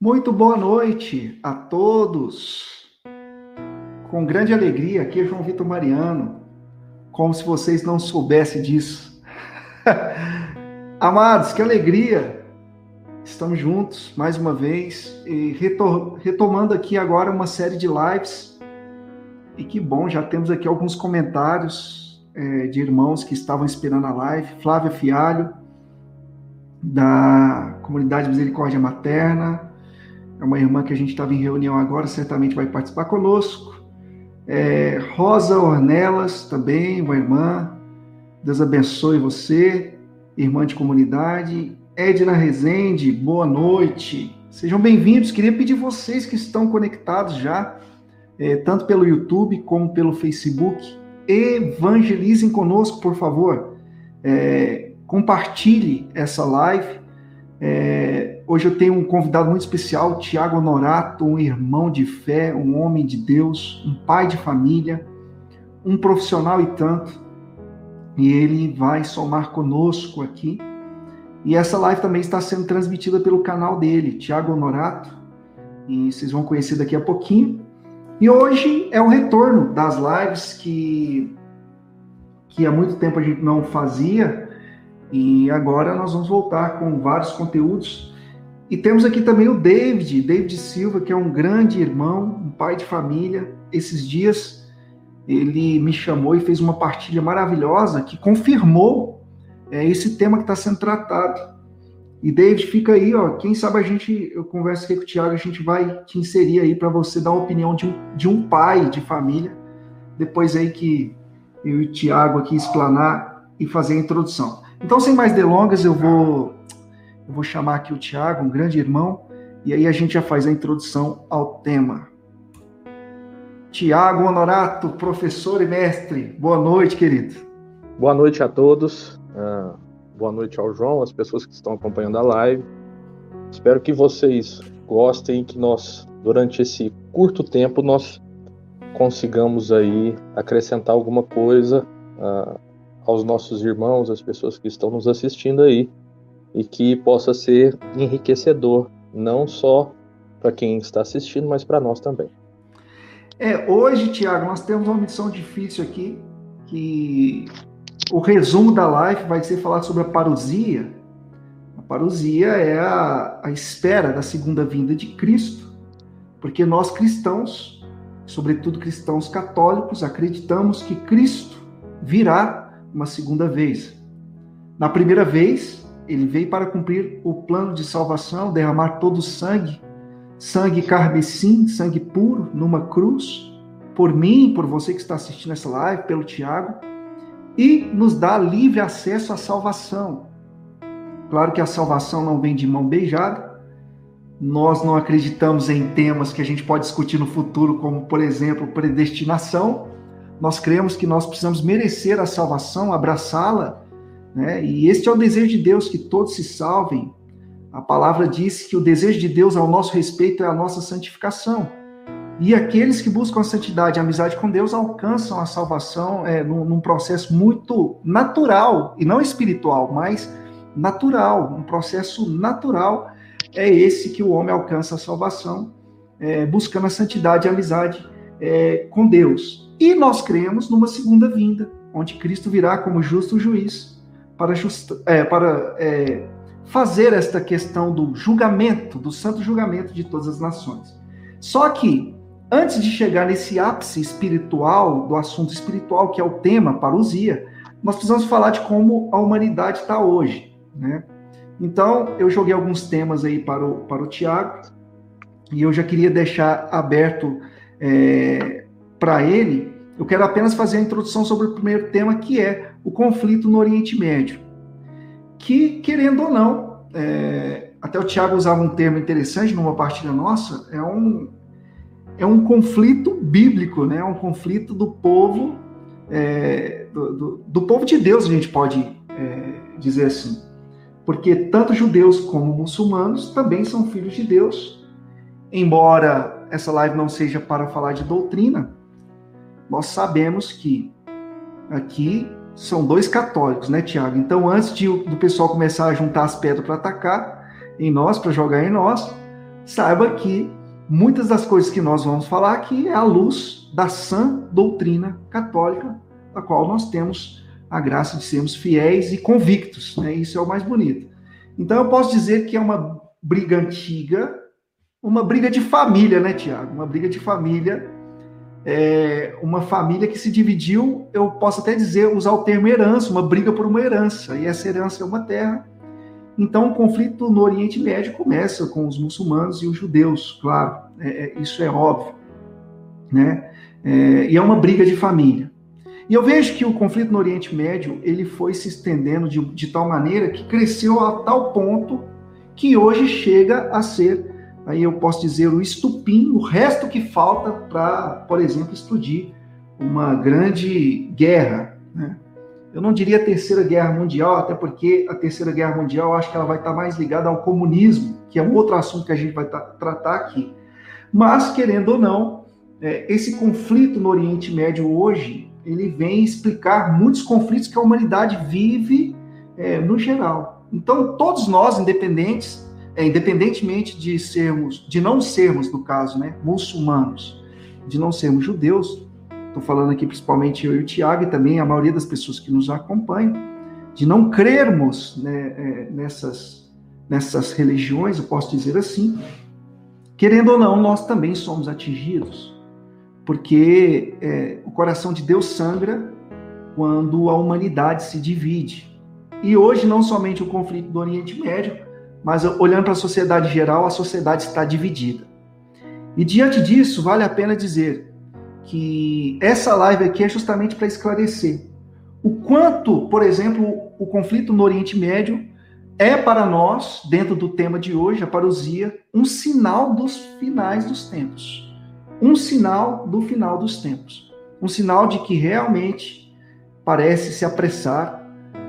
Muito boa noite a todos. Com grande alegria, aqui é João Vitor Mariano, como se vocês não soubessem disso. Amados, que alegria! Estamos juntos mais uma vez e retomando aqui agora uma série de lives. E que bom, já temos aqui alguns comentários de irmãos que estavam esperando a live. Flávia Fialho, da Comunidade Misericórdia Materna. É uma irmã que a gente estava em reunião agora, certamente vai participar conosco. Rosa Ornelas também, uma irmã. Deus abençoe você, irmã de comunidade. Edna Rezende, boa noite. Sejam bem-vindos. Queria pedir vocês que estão conectados já, tanto pelo YouTube como pelo Facebook, evangelizem conosco, por favor. Compartilhe essa live. Hoje eu tenho um convidado muito especial, Tiago Honorato, um irmão de fé, um homem de Deus, um pai de família, um profissional e tanto. E ele vai somar conosco aqui. E essa live também está sendo transmitida pelo canal dele, Tiago Honorato, e vocês vão conhecer daqui a pouquinho. E hoje é o retorno das lives que há muito tempo a gente não fazia, e agora nós vamos voltar com vários conteúdos. E temos aqui também o David Silva, que é um grande irmão, um pai de família. Esses dias ele me chamou e fez uma partilha maravilhosa que confirmou esse tema que está sendo tratado. E David, fica aí, ó, quem sabe eu converso aqui com o Tiago, a gente vai te inserir aí para você dar a opinião de um pai de família, depois aí que eu e o Tiago aqui explanar e fazer a introdução. Então, sem mais delongas, eu vou chamar aqui o Tiago, um grande irmão, e aí a gente já faz a introdução ao tema. Tiago Honorato, professor e mestre, boa noite, querido. Boa noite a todos, boa noite ao João, as pessoas que estão acompanhando a live. Espero que vocês gostem, que nós, durante esse curto tempo, nós consigamos aí acrescentar alguma coisa aos nossos irmãos, às pessoas que estão nos assistindo aí, e que possa ser enriquecedor, não só para quem está assistindo, mas para nós também. Hoje, Tiago, nós temos uma missão difícil aqui, que o resumo da live vai ser falar sobre a parousia. A parousia é a espera da segunda vinda de Cristo, porque nós cristãos, sobretudo cristãos católicos, acreditamos que Cristo virá uma segunda vez. Na primeira vez, ele veio para cumprir o plano de salvação, derramar todo o sangue carmesim, sangue puro, numa cruz, por mim, por você que está assistindo essa live, pelo Tiago, e nos dá livre acesso à salvação. Claro que a salvação não vem de mão beijada. Nós não acreditamos em temas que a gente pode discutir no futuro, como, por exemplo, predestinação. Nós cremos que nós precisamos merecer a salvação, abraçá-la, né? E este é o desejo de Deus, que todos se salvem. A palavra diz que o desejo de Deus ao nosso respeito é a nossa santificação. E aqueles que buscam a santidade e a amizade com Deus alcançam a salvação num processo muito natural, e não espiritual, mas natural, um processo natural. É esse que o homem alcança a salvação, buscando a santidade e a amizade com Deus. E nós cremos numa segunda vinda, onde Cristo virá como justo juiz para fazer esta questão do julgamento, do santo julgamento de todas as nações. Só que, antes de chegar nesse ápice espiritual, do assunto espiritual, que é o tema, parousia, nós precisamos falar de como a humanidade está hoje, né? Então, eu joguei alguns temas aí para o Tiago, e eu já queria deixar aberto para ele. Eu quero apenas fazer a introdução sobre o primeiro tema, que é o conflito no Oriente Médio. Que, querendo ou não, até o Tiago usava um termo interessante numa partilha nossa, é um conflito bíblico, né? É um conflito do povo, do povo de Deus, a gente pode dizer assim. Porque tanto judeus como muçulmanos também são filhos de Deus. Embora essa live não seja para falar de doutrina, nós sabemos que aqui são dois católicos, né, Tiago? Então, antes do pessoal começar a juntar as pedras para atacar em nós, para jogar em nós, saiba que muitas das coisas que nós vamos falar aqui é à luz da sã doutrina católica, da qual nós temos a graça de sermos fiéis e convictos, né? Isso é o mais bonito. Então eu posso dizer que é uma briga antiga, uma briga de família, né, Tiago? Uma briga de família, uma família que se dividiu, eu posso até dizer, usar o termo herança, uma briga por uma herança, e essa herança é uma terra. Então, o conflito no Oriente Médio começa com os muçulmanos e os judeus, claro, isso é óbvio, né? E é uma briga de família. E eu vejo que o conflito no Oriente Médio, ele foi se estendendo de tal maneira que cresceu a tal ponto que hoje chega a ser, aí eu posso dizer, o estupim, o resto que falta para, por exemplo, explodir uma grande guerra, né? Eu não diria Terceira Guerra Mundial, até porque a Terceira Guerra Mundial, eu acho que ela vai estar mais ligada ao comunismo, que é um outro assunto que a gente vai tratar aqui. Mas, querendo ou não, esse conflito no Oriente Médio hoje, ele vem explicar muitos conflitos que a humanidade vive no geral. Então, todos nós, independentemente de não sermos, no caso, né, muçulmanos, de não sermos judeus, estou falando aqui principalmente eu e o Tiago, e também a maioria das pessoas que nos acompanham, de não crermos, né, nessas religiões, eu posso dizer assim, querendo ou não, nós também somos atingidos, porque o coração de Deus sangra quando a humanidade se divide. E hoje, não somente o conflito do Oriente Médio, mas olhando para a sociedade geral, a sociedade está dividida. E diante disso, vale a pena dizer que essa live aqui é justamente para esclarecer o quanto, por exemplo, o conflito no Oriente Médio é para nós, dentro do tema de hoje, a parousia, um sinal dos finais dos tempos. Um sinal do final dos tempos. Um sinal de que realmente parece se apressar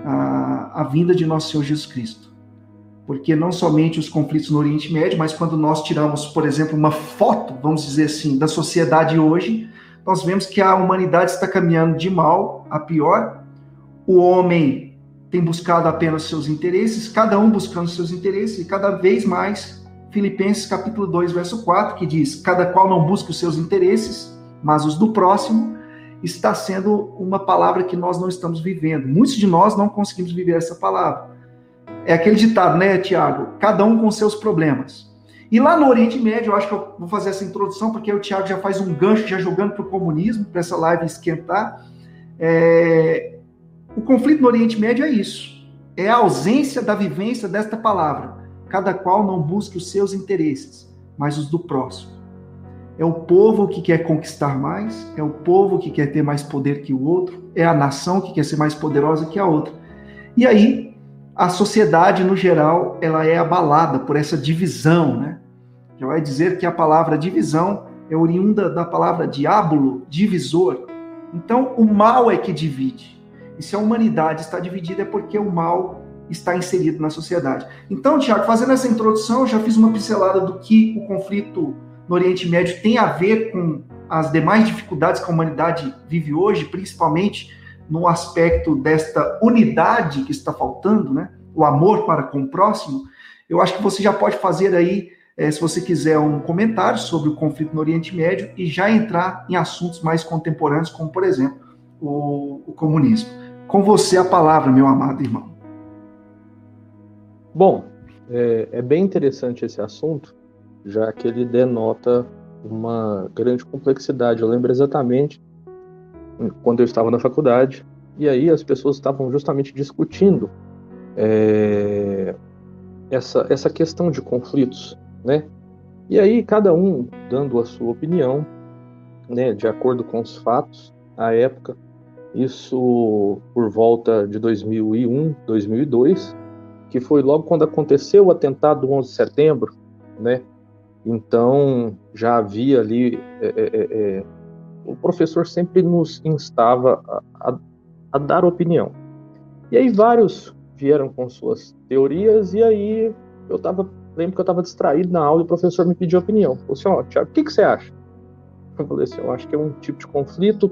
a vinda de nosso Senhor Jesus Cristo. Porque não somente os conflitos no Oriente Médio, mas quando nós tiramos, por exemplo, uma foto, vamos dizer assim, da sociedade hoje, nós vemos que a humanidade está caminhando de mal a pior. O homem tem buscado apenas seus interesses, cada um buscando seus interesses, e cada vez mais, Filipenses capítulo 2, verso 4, que diz, cada qual não busca os seus interesses, mas os do próximo, está sendo uma palavra que nós não estamos vivendo. Muitos de nós não conseguimos viver essa palavra. É aquele ditado, né, Tiago? Cada um com seus problemas. E lá no Oriente Médio, eu acho que eu vou fazer essa introdução, porque o Tiago já faz um gancho, já jogando para o comunismo, para essa live esquentar. O conflito no Oriente Médio é isso. É a ausência da vivência desta palavra. Cada qual não busque os seus interesses, mas os do próximo. É o povo que quer conquistar mais, é o povo que quer ter mais poder que o outro, é a nação que quer ser mais poderosa que a outra. E aí, a sociedade, no geral, ela é abalada por essa divisão, né? Já vai dizer que a palavra divisão é oriunda da palavra diábulo, divisor. Então, o mal é que divide. E se a humanidade está dividida é porque o mal está inserido na sociedade. Então, Tiago, fazendo essa introdução, eu já fiz uma pincelada do que o conflito no Oriente Médio tem a ver com as demais dificuldades que a humanidade vive hoje, principalmente no aspecto desta unidade que está faltando, né? O amor para com o próximo. Eu acho que você já pode fazer aí, se você quiser, um comentário sobre o conflito no Oriente Médio e já entrar em assuntos mais contemporâneos, como, por exemplo, o comunismo. Com você a palavra, meu amado irmão. Bom, é bem interessante esse assunto, já que ele denota uma grande complexidade. Eu lembro exatamente quando eu estava na faculdade, e aí as pessoas estavam justamente discutindo essa questão de conflitos, né? E aí cada um dando a sua opinião, né, de acordo com os fatos, à época, isso por volta de 2001, 2002, que foi logo quando aconteceu o atentado do 11 de setembro, né? Então já havia ali, o professor sempre nos instava a dar opinião. E aí vários vieram com suas teorias, e aí lembro que eu estava distraído na aula e o professor me pediu opinião. Falei assim, ó, Thiago, o que você acha? Eu falei assim, eu acho que é um tipo de conflito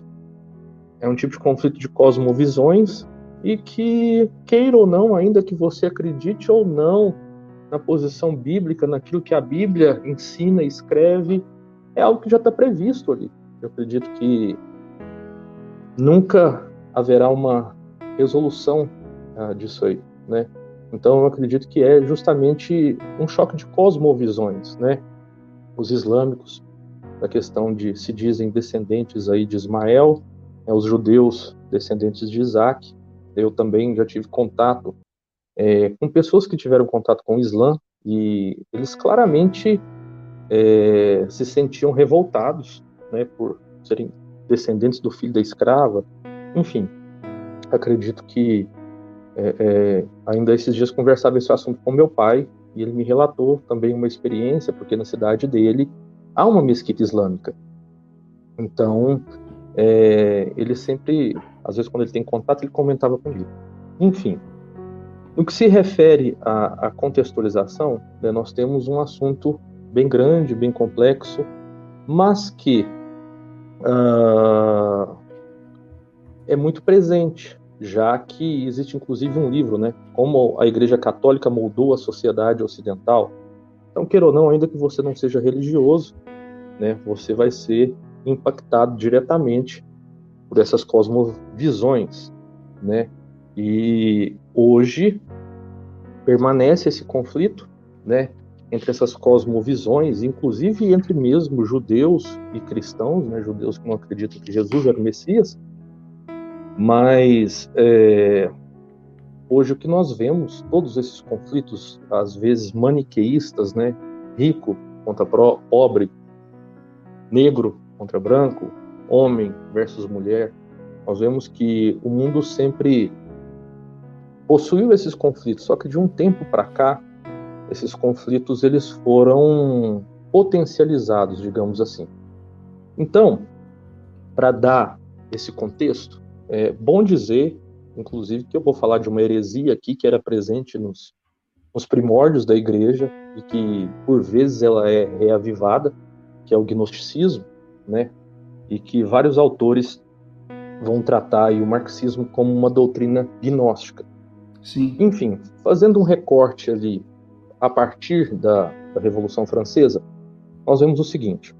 de cosmovisões, e que, queira ou não, ainda que você acredite ou não na posição bíblica, naquilo que a Bíblia ensina e escreve, é algo que já está previsto ali. Eu acredito que nunca haverá uma resolução disso aí, né? Então eu acredito que é justamente um choque de cosmovisões, né? Os islâmicos, da questão de se dizem descendentes aí de Ismael, os judeus descendentes de Isaac. Eu também já tive contato com pessoas que tiveram contato com o Islã e eles claramente se sentiam revoltados, né, por serem descendentes do filho da escrava. Enfim, acredito que ainda esses dias conversava esse assunto com meu pai e ele me relatou também uma experiência, porque na cidade dele há uma mesquita islâmica. Então, ele sempre, às vezes quando ele tem contato, ele comentava comigo. Enfim, no que se refere à contextualização, né, nós temos um assunto bem grande, bem complexo, mas que é muito presente, já que existe inclusive um livro, né, Como a Igreja Católica Moldou a Sociedade Ocidental. Então, queira ou não, ainda que você não seja religioso, né, você vai ser impactado diretamente por essas cosmovisões, né? E hoje permanece esse conflito, né, entre essas cosmovisões, inclusive entre mesmo judeus e cristãos, né, judeus que não acreditam que Jesus era o Messias, mas hoje o que nós vemos, todos esses conflitos, às vezes maniqueístas, né, rico contra pobre, negro contra branco, homem versus mulher, nós vemos que o mundo sempre possuiu esses conflitos, só que de um tempo para cá, esses conflitos eles foram potencializados, digamos assim. Então, para dar esse contexto, é bom dizer, inclusive, que eu vou falar de uma heresia aqui que era presente nos primórdios da igreja e que, por vezes, ela é reavivada, que é o gnosticismo, né? E que vários autores vão tratar aí o marxismo como uma doutrina gnóstica. Sim. Enfim, fazendo um recorte ali a partir da Revolução Francesa, nós vemos o seguinte.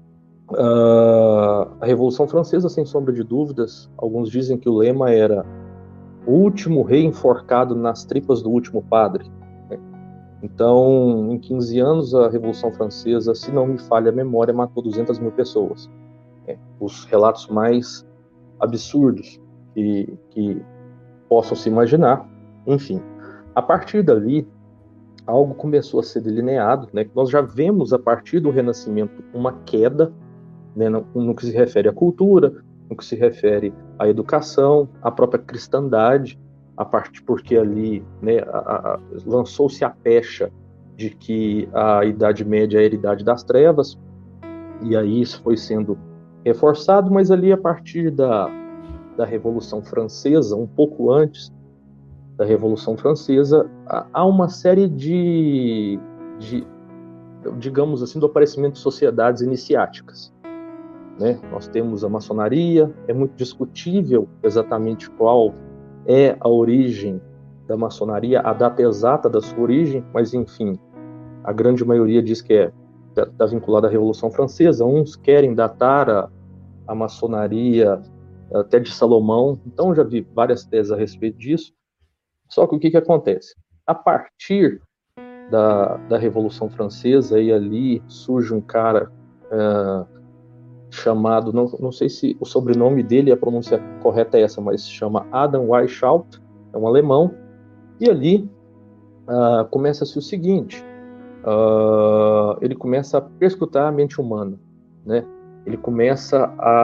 A Revolução Francesa, sem sombra de dúvidas, alguns dizem que o lema era o último rei enforcado nas tripas do último padre. Então, em 15 anos, a Revolução Francesa, se não me falha a memória, matou 200 mil pessoas. Os relatos mais absurdos que possam se imaginar. Enfim, a partir dali, algo começou a ser delineado, né? Nós já vemos, a partir do Renascimento, uma queda, né, no que se refere à cultura, no que se refere à educação, à própria cristandade, porque ali, né, lançou-se a pecha de que a Idade Média era a Idade das Trevas, e aí isso foi sendo reforçado, mas ali a partir da Revolução Francesa, um pouco antes da Revolução Francesa, há uma série de digamos assim, do aparecimento de sociedades iniciáticas, né? Nós temos a maçonaria, é muito discutível exatamente qual é a origem da maçonaria, a data exata da sua origem, mas enfim, a grande maioria diz que está vinculada à Revolução Francesa. Uns querem datar a maçonaria até de Salomão, então já vi várias teses a respeito disso. Só que o que acontece? A partir da Revolução Francesa, e ali surge um cara chamado, não sei se o sobrenome dele, a pronúncia correta é essa, mas se chama Adam Weishaupt, é um alemão, e ali começa-se o seguinte, ele começa a perscrutar a mente humana, né? Ele começa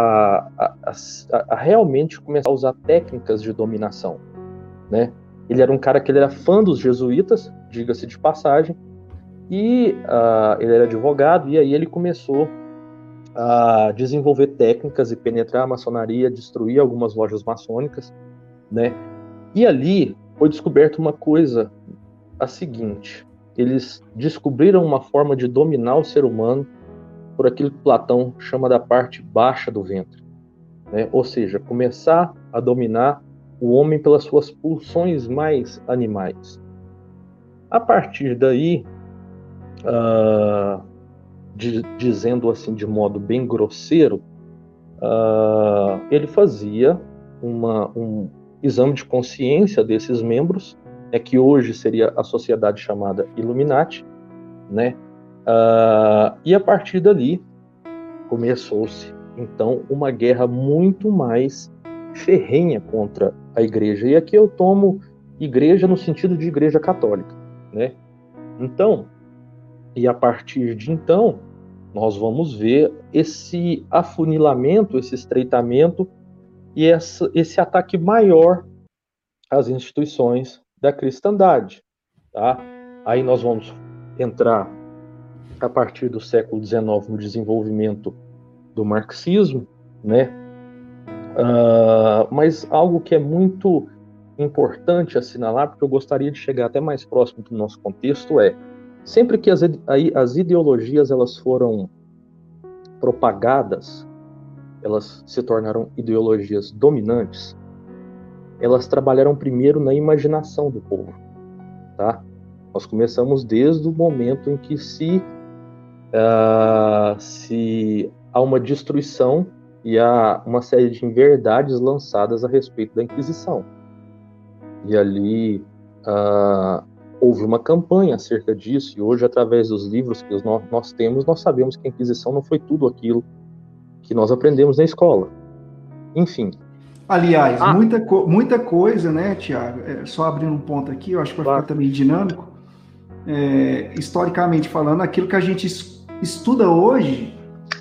a realmente começar a usar técnicas de dominação, né? Ele era um cara que ele era fã dos jesuítas, diga-se de passagem, e ele era advogado, e aí ele começou a desenvolver técnicas e penetrar a maçonaria, destruir algumas lojas maçônicas, né? E ali foi descoberta uma coisa, a seguinte: eles descobriram uma forma de dominar o ser humano por aquilo que Platão chama da parte baixa do ventre, né? Ou seja, começar a dominar o homem pelas suas pulsões mais animais. A partir daí, dizendo assim de modo bem grosseiro, ele fazia um exame de consciência desses membros, que hoje seria a sociedade chamada Illuminati, né? E a partir dali começou-se então uma guerra muito mais ferrenha contra a igreja. E aqui eu tomo igreja no sentido de igreja católica, né? Então, e a partir de então, nós vamos ver esse afunilamento, esse estreitamento e esse ataque maior às instituições da cristandade, tá? Aí nós vamos entrar a partir do século XIX no desenvolvimento do marxismo, né? Mas algo que é muito importante assinalar, porque eu gostaria de chegar até mais próximo do nosso contexto, sempre que as ideologias elas foram propagadas, elas se tornaram ideologias dominantes, elas trabalharam primeiro na imaginação do povo, tá? Nós começamos desde o momento em que se há uma destruição e há uma série de inverdades lançadas a respeito da Inquisição. E ali houve uma campanha acerca disso, e hoje, através dos livros que nós temos, nós sabemos que a Inquisição não foi tudo aquilo que nós aprendemos na escola. Enfim. Aliás, muita coisa, né, Tiago? Só abrindo um ponto aqui, eu acho que vai ficar também dinâmico. Historicamente falando, aquilo que a gente estuda hoje,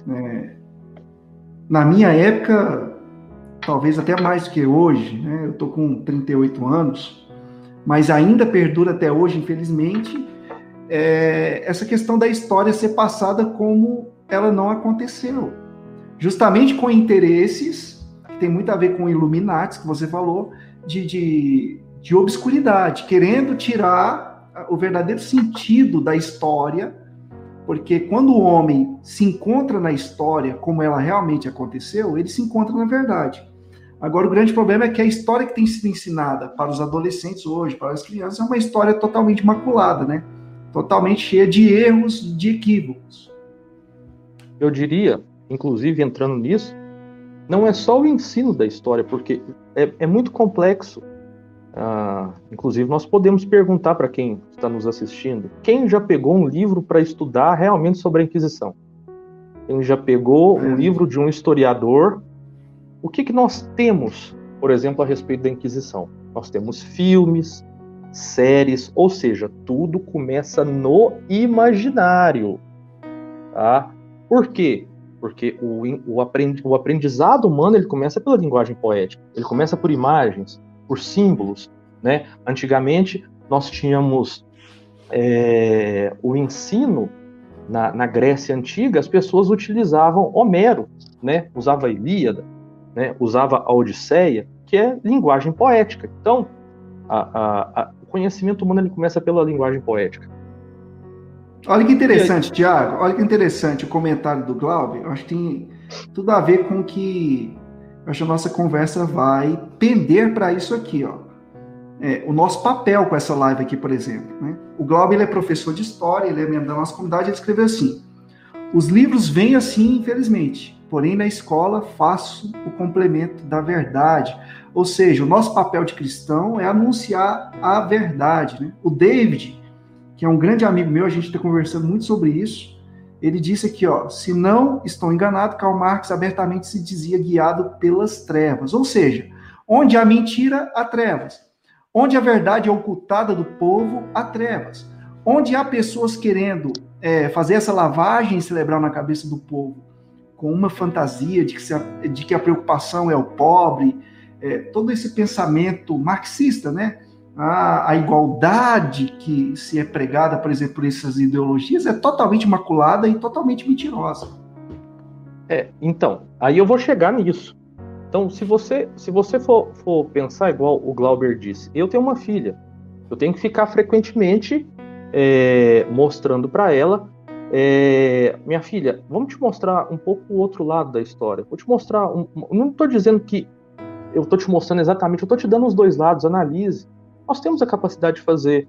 na minha época, talvez até mais do que hoje, né? Eu estou com 38 anos, mas ainda perdura até hoje, infelizmente, essa questão da história ser passada como ela não aconteceu. Justamente com interesses, que tem muito a ver com Illuminati, que você falou, de obscuridade, querendo tirar o verdadeiro sentido da história, porque quando o homem se encontra na história como ela realmente aconteceu, ele se encontra na verdade. Agora, o grande problema é que a história que tem sido ensinada para os adolescentes hoje, para as crianças, é uma história totalmente maculada, né? Totalmente cheia de erros, de equívocos. Eu diria, inclusive entrando nisso, não é só o ensino da história, porque é muito complexo. Inclusive, nós podemos perguntar para quem está nos assistindo: quem já pegou um livro para estudar realmente sobre a Inquisição? Quem já pegou um livro de um historiador? O que nós temos, por exemplo, a respeito da Inquisição? Nós temos filmes, séries, ou seja, tudo começa no imaginário. Tá? Por quê? Porque o aprendizado humano ele começa pela linguagem poética, ele começa por imagens, por símbolos, né? Antigamente, nós tínhamos o ensino na Grécia Antiga, as pessoas utilizavam Homero, né? Usava a Ilíada, né? Usava a Odisseia, que é linguagem poética. Então, o conhecimento humano ele começa pela linguagem poética. Olha que interessante, Tiago, olha que interessante o comentário do Glauber. Eu acho que tem tudo a ver com que eu acho que a nossa conversa vai pender para isso aqui, ó. O nosso papel com essa live aqui, por exemplo, né? O Glauber ele é professor de história, ele é membro da nossa comunidade, ele escreveu assim: os livros vêm assim, infelizmente, porém na escola faço o complemento da verdade. Ou seja, o nosso papel de cristão é anunciar a verdade, né? O David, que é um grande amigo meu, a gente está conversando muito sobre isso, ele disse aqui, ó: se não estou enganado, Karl Marx abertamente se dizia guiado pelas trevas. Ou seja, onde há mentira, há trevas. Onde a verdade é ocultada do povo, há trevas. Onde há pessoas querendo fazer essa lavagem cerebral na cabeça do povo, com uma fantasia de que a preocupação é o pobre, todo esse pensamento marxista, né? A igualdade que se é pregada, por exemplo, por essas ideologias é totalmente maculada e totalmente mentirosa. Então, aí eu vou chegar nisso. Então, se você for pensar igual o Glauber disse, eu tenho uma filha, eu tenho que ficar frequentemente mostrando para ela, minha filha, vamos te mostrar um pouco o outro lado da história. Vou te mostrar, não estou dizendo que eu estou te mostrando exatamente, eu estou te dando os dois lados, analise. Nós temos a capacidade de fazer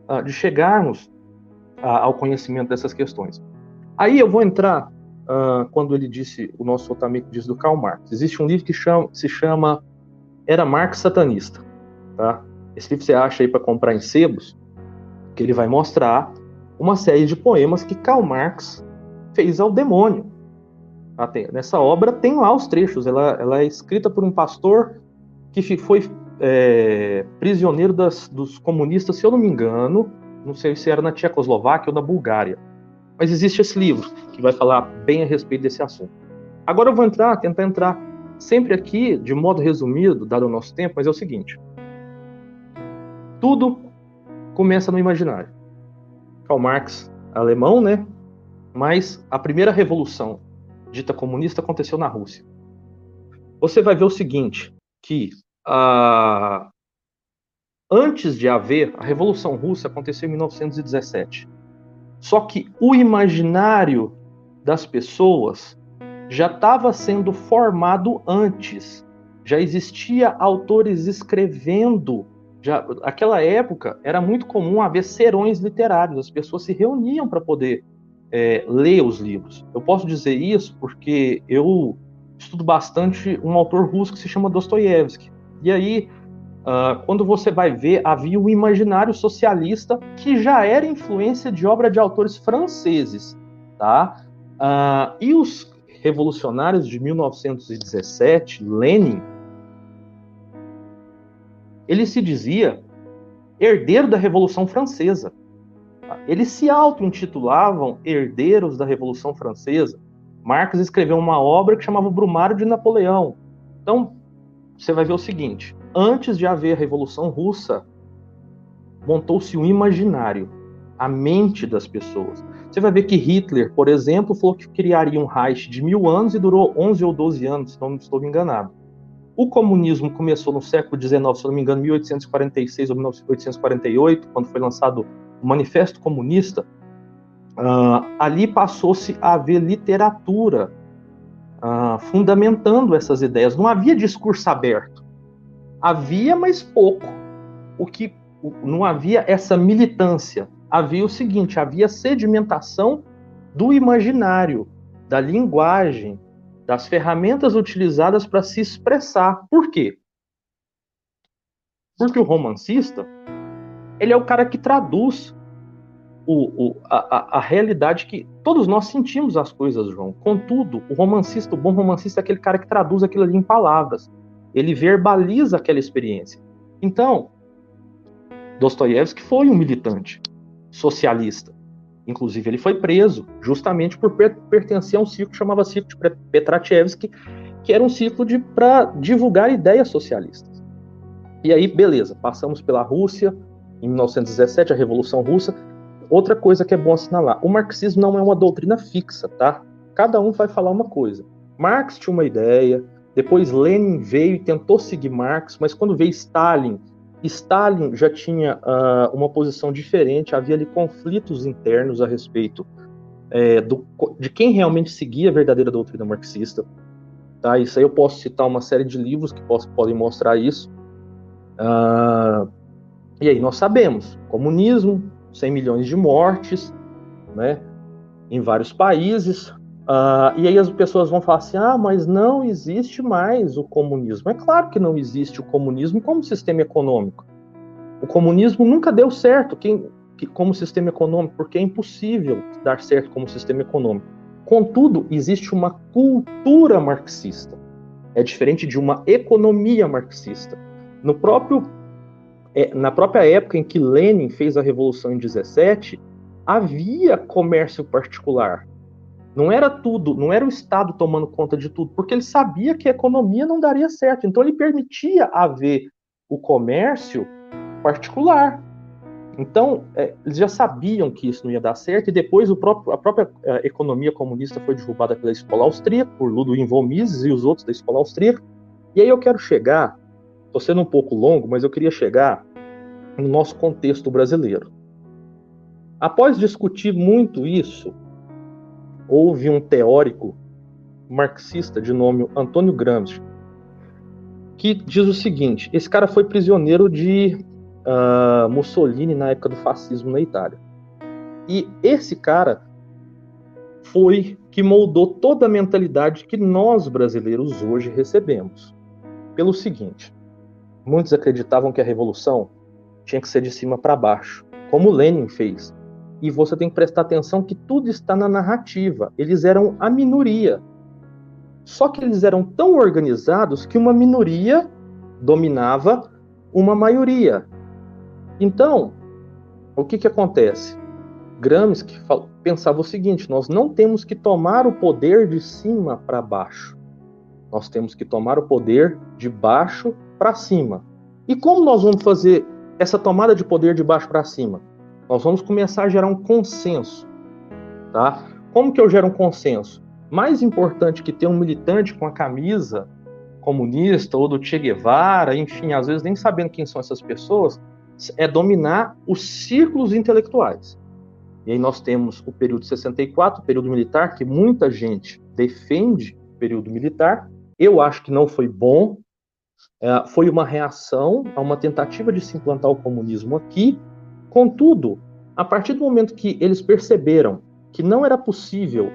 de chegarmos ao conhecimento dessas questões. Aí eu vou entrar quando ele disse, o nosso outro amigo disse do Karl Marx. Existe um livro que se chama Era Marx Satanista, tá? Esse livro você acha aí para comprar em sebos, que ele vai mostrar uma série de poemas que Karl Marx fez ao demônio. Nessa obra tem lá os trechos, ela é escrita por um pastor que foi prisioneiro dos comunistas, se eu não me engano, não sei se era na Tchecoslováquia ou na Bulgária. Mas existe esse livro, que vai falar bem a respeito desse assunto. Agora eu vou tentar entrar sempre aqui, de modo resumido, dado o nosso tempo, mas é o seguinte. Tudo começa no imaginário. Karl Marx, alemão, né? Mas a primeira revolução dita comunista aconteceu na Rússia. Você vai ver o seguinte, que antes de haver, a Revolução Russa aconteceu em 1917. Só que o imaginário das pessoas já estava sendo formado antes. Já existia autores escrevendo. Naquela época, era muito comum haver serões literários. As pessoas se reuniam para poder ler os livros. Eu posso dizer isso porque eu estudo bastante um autor russo que se chama Dostoiévski. E aí, quando você vai ver, havia um imaginário socialista que já era influência de obra de autores franceses, tá? E os revolucionários de 1917, Lenin, ele se dizia herdeiro da Revolução Francesa. Eles se auto-intitulavam herdeiros da Revolução Francesa. Marx escreveu uma obra que chamava Brumário de Napoleão. Então, você vai ver o seguinte, antes de haver a Revolução Russa, montou-se um imaginário, a mente das pessoas. Você vai ver que Hitler, por exemplo, falou que criaria um Reich de 1000 anos e durou 11 ou 12 anos, se não estou enganado. O comunismo começou no século XIX, se não me engano, 1846 ou 1848, quando foi lançado o Manifesto Comunista. Ali passou-se a haver literatura fundamentando essas ideias. Não havia discurso aberto. Havia, mas pouco. Não havia essa militância. Havia o seguinte, havia sedimentação do imaginário, da linguagem, das ferramentas utilizadas para se expressar. Por quê? Porque o romancista, ele é o cara que traduz a realidade que todos nós sentimos as coisas, João. Contudo, o bom romancista é aquele cara que traduz aquilo ali em palavras. Ele verbaliza aquela experiência. Então, Dostoiévski foi um militante socialista. Inclusive, ele foi preso justamente por pertencer a um círculo que chamava Círculo de Petratievski, que era um círculo para divulgar ideias socialistas. E aí, beleza, passamos pela Rússia, em 1917, a Revolução Russa. Outra coisa que é bom assinalar, o marxismo não é uma doutrina fixa, tá? Cada um vai falar uma coisa. Marx tinha uma ideia, depois Lenin veio e tentou seguir Marx, mas quando veio Stalin já tinha uma posição diferente, havia ali conflitos internos a respeito de quem realmente seguia a verdadeira doutrina marxista. Tá? Isso aí eu posso citar uma série de livros que podem mostrar isso. E aí nós sabemos, comunismo, 100 milhões de mortes, né, em vários países. E aí as pessoas vão falar assim, mas não existe mais o comunismo. É claro que não existe o comunismo como sistema econômico. O comunismo nunca deu certo como sistema econômico, porque é impossível dar certo como sistema econômico. Contudo, existe uma cultura marxista. É diferente de uma economia marxista. Na própria época em que Lenin fez a Revolução em 17, havia comércio particular. Não era o Estado tomando conta de tudo, porque ele sabia que a economia não daria certo. Então ele permitia haver o comércio particular. Então, eles já sabiam que isso não ia dar certo, e depois a própria economia comunista foi derrubada pela Escola Austríaca, por Ludwig von Mises e os outros da Escola Austríaca. E aí eu quero chegar, estou sendo um pouco longo, mas eu queria chegar no nosso contexto brasileiro. Após discutir muito isso, houve um teórico marxista de nome Antônio Gramsci, que diz o seguinte, esse cara foi prisioneiro de Mussolini na época do fascismo na Itália. E esse cara foi que moldou toda a mentalidade que nós brasileiros hoje recebemos. Pelo seguinte, muitos acreditavam que a revolução tinha que ser de cima para baixo, como Lenin fez. E você tem que prestar atenção que tudo está na narrativa. Eles eram a minoria. Só que eles eram tão organizados que uma minoria dominava uma maioria. Então, o que acontece? Gramsci pensava o seguinte: nós não temos que tomar o poder de cima para baixo. Nós temos que tomar o poder de baixo para cima. E como nós vamos fazer essa tomada de poder de baixo para cima? Nós vamos começar a gerar um consenso. Tá? Como que eu gero um consenso? Mais importante que ter um militante com a camisa comunista ou do Che Guevara, enfim, às vezes nem sabendo quem são essas pessoas, é dominar os círculos intelectuais. E aí nós temos o período 64, o período militar, que muita gente defende o período militar. Eu acho que não foi bom, foi uma reação a uma tentativa de se implantar o comunismo aqui. Contudo, a partir do momento que eles perceberam que não era possível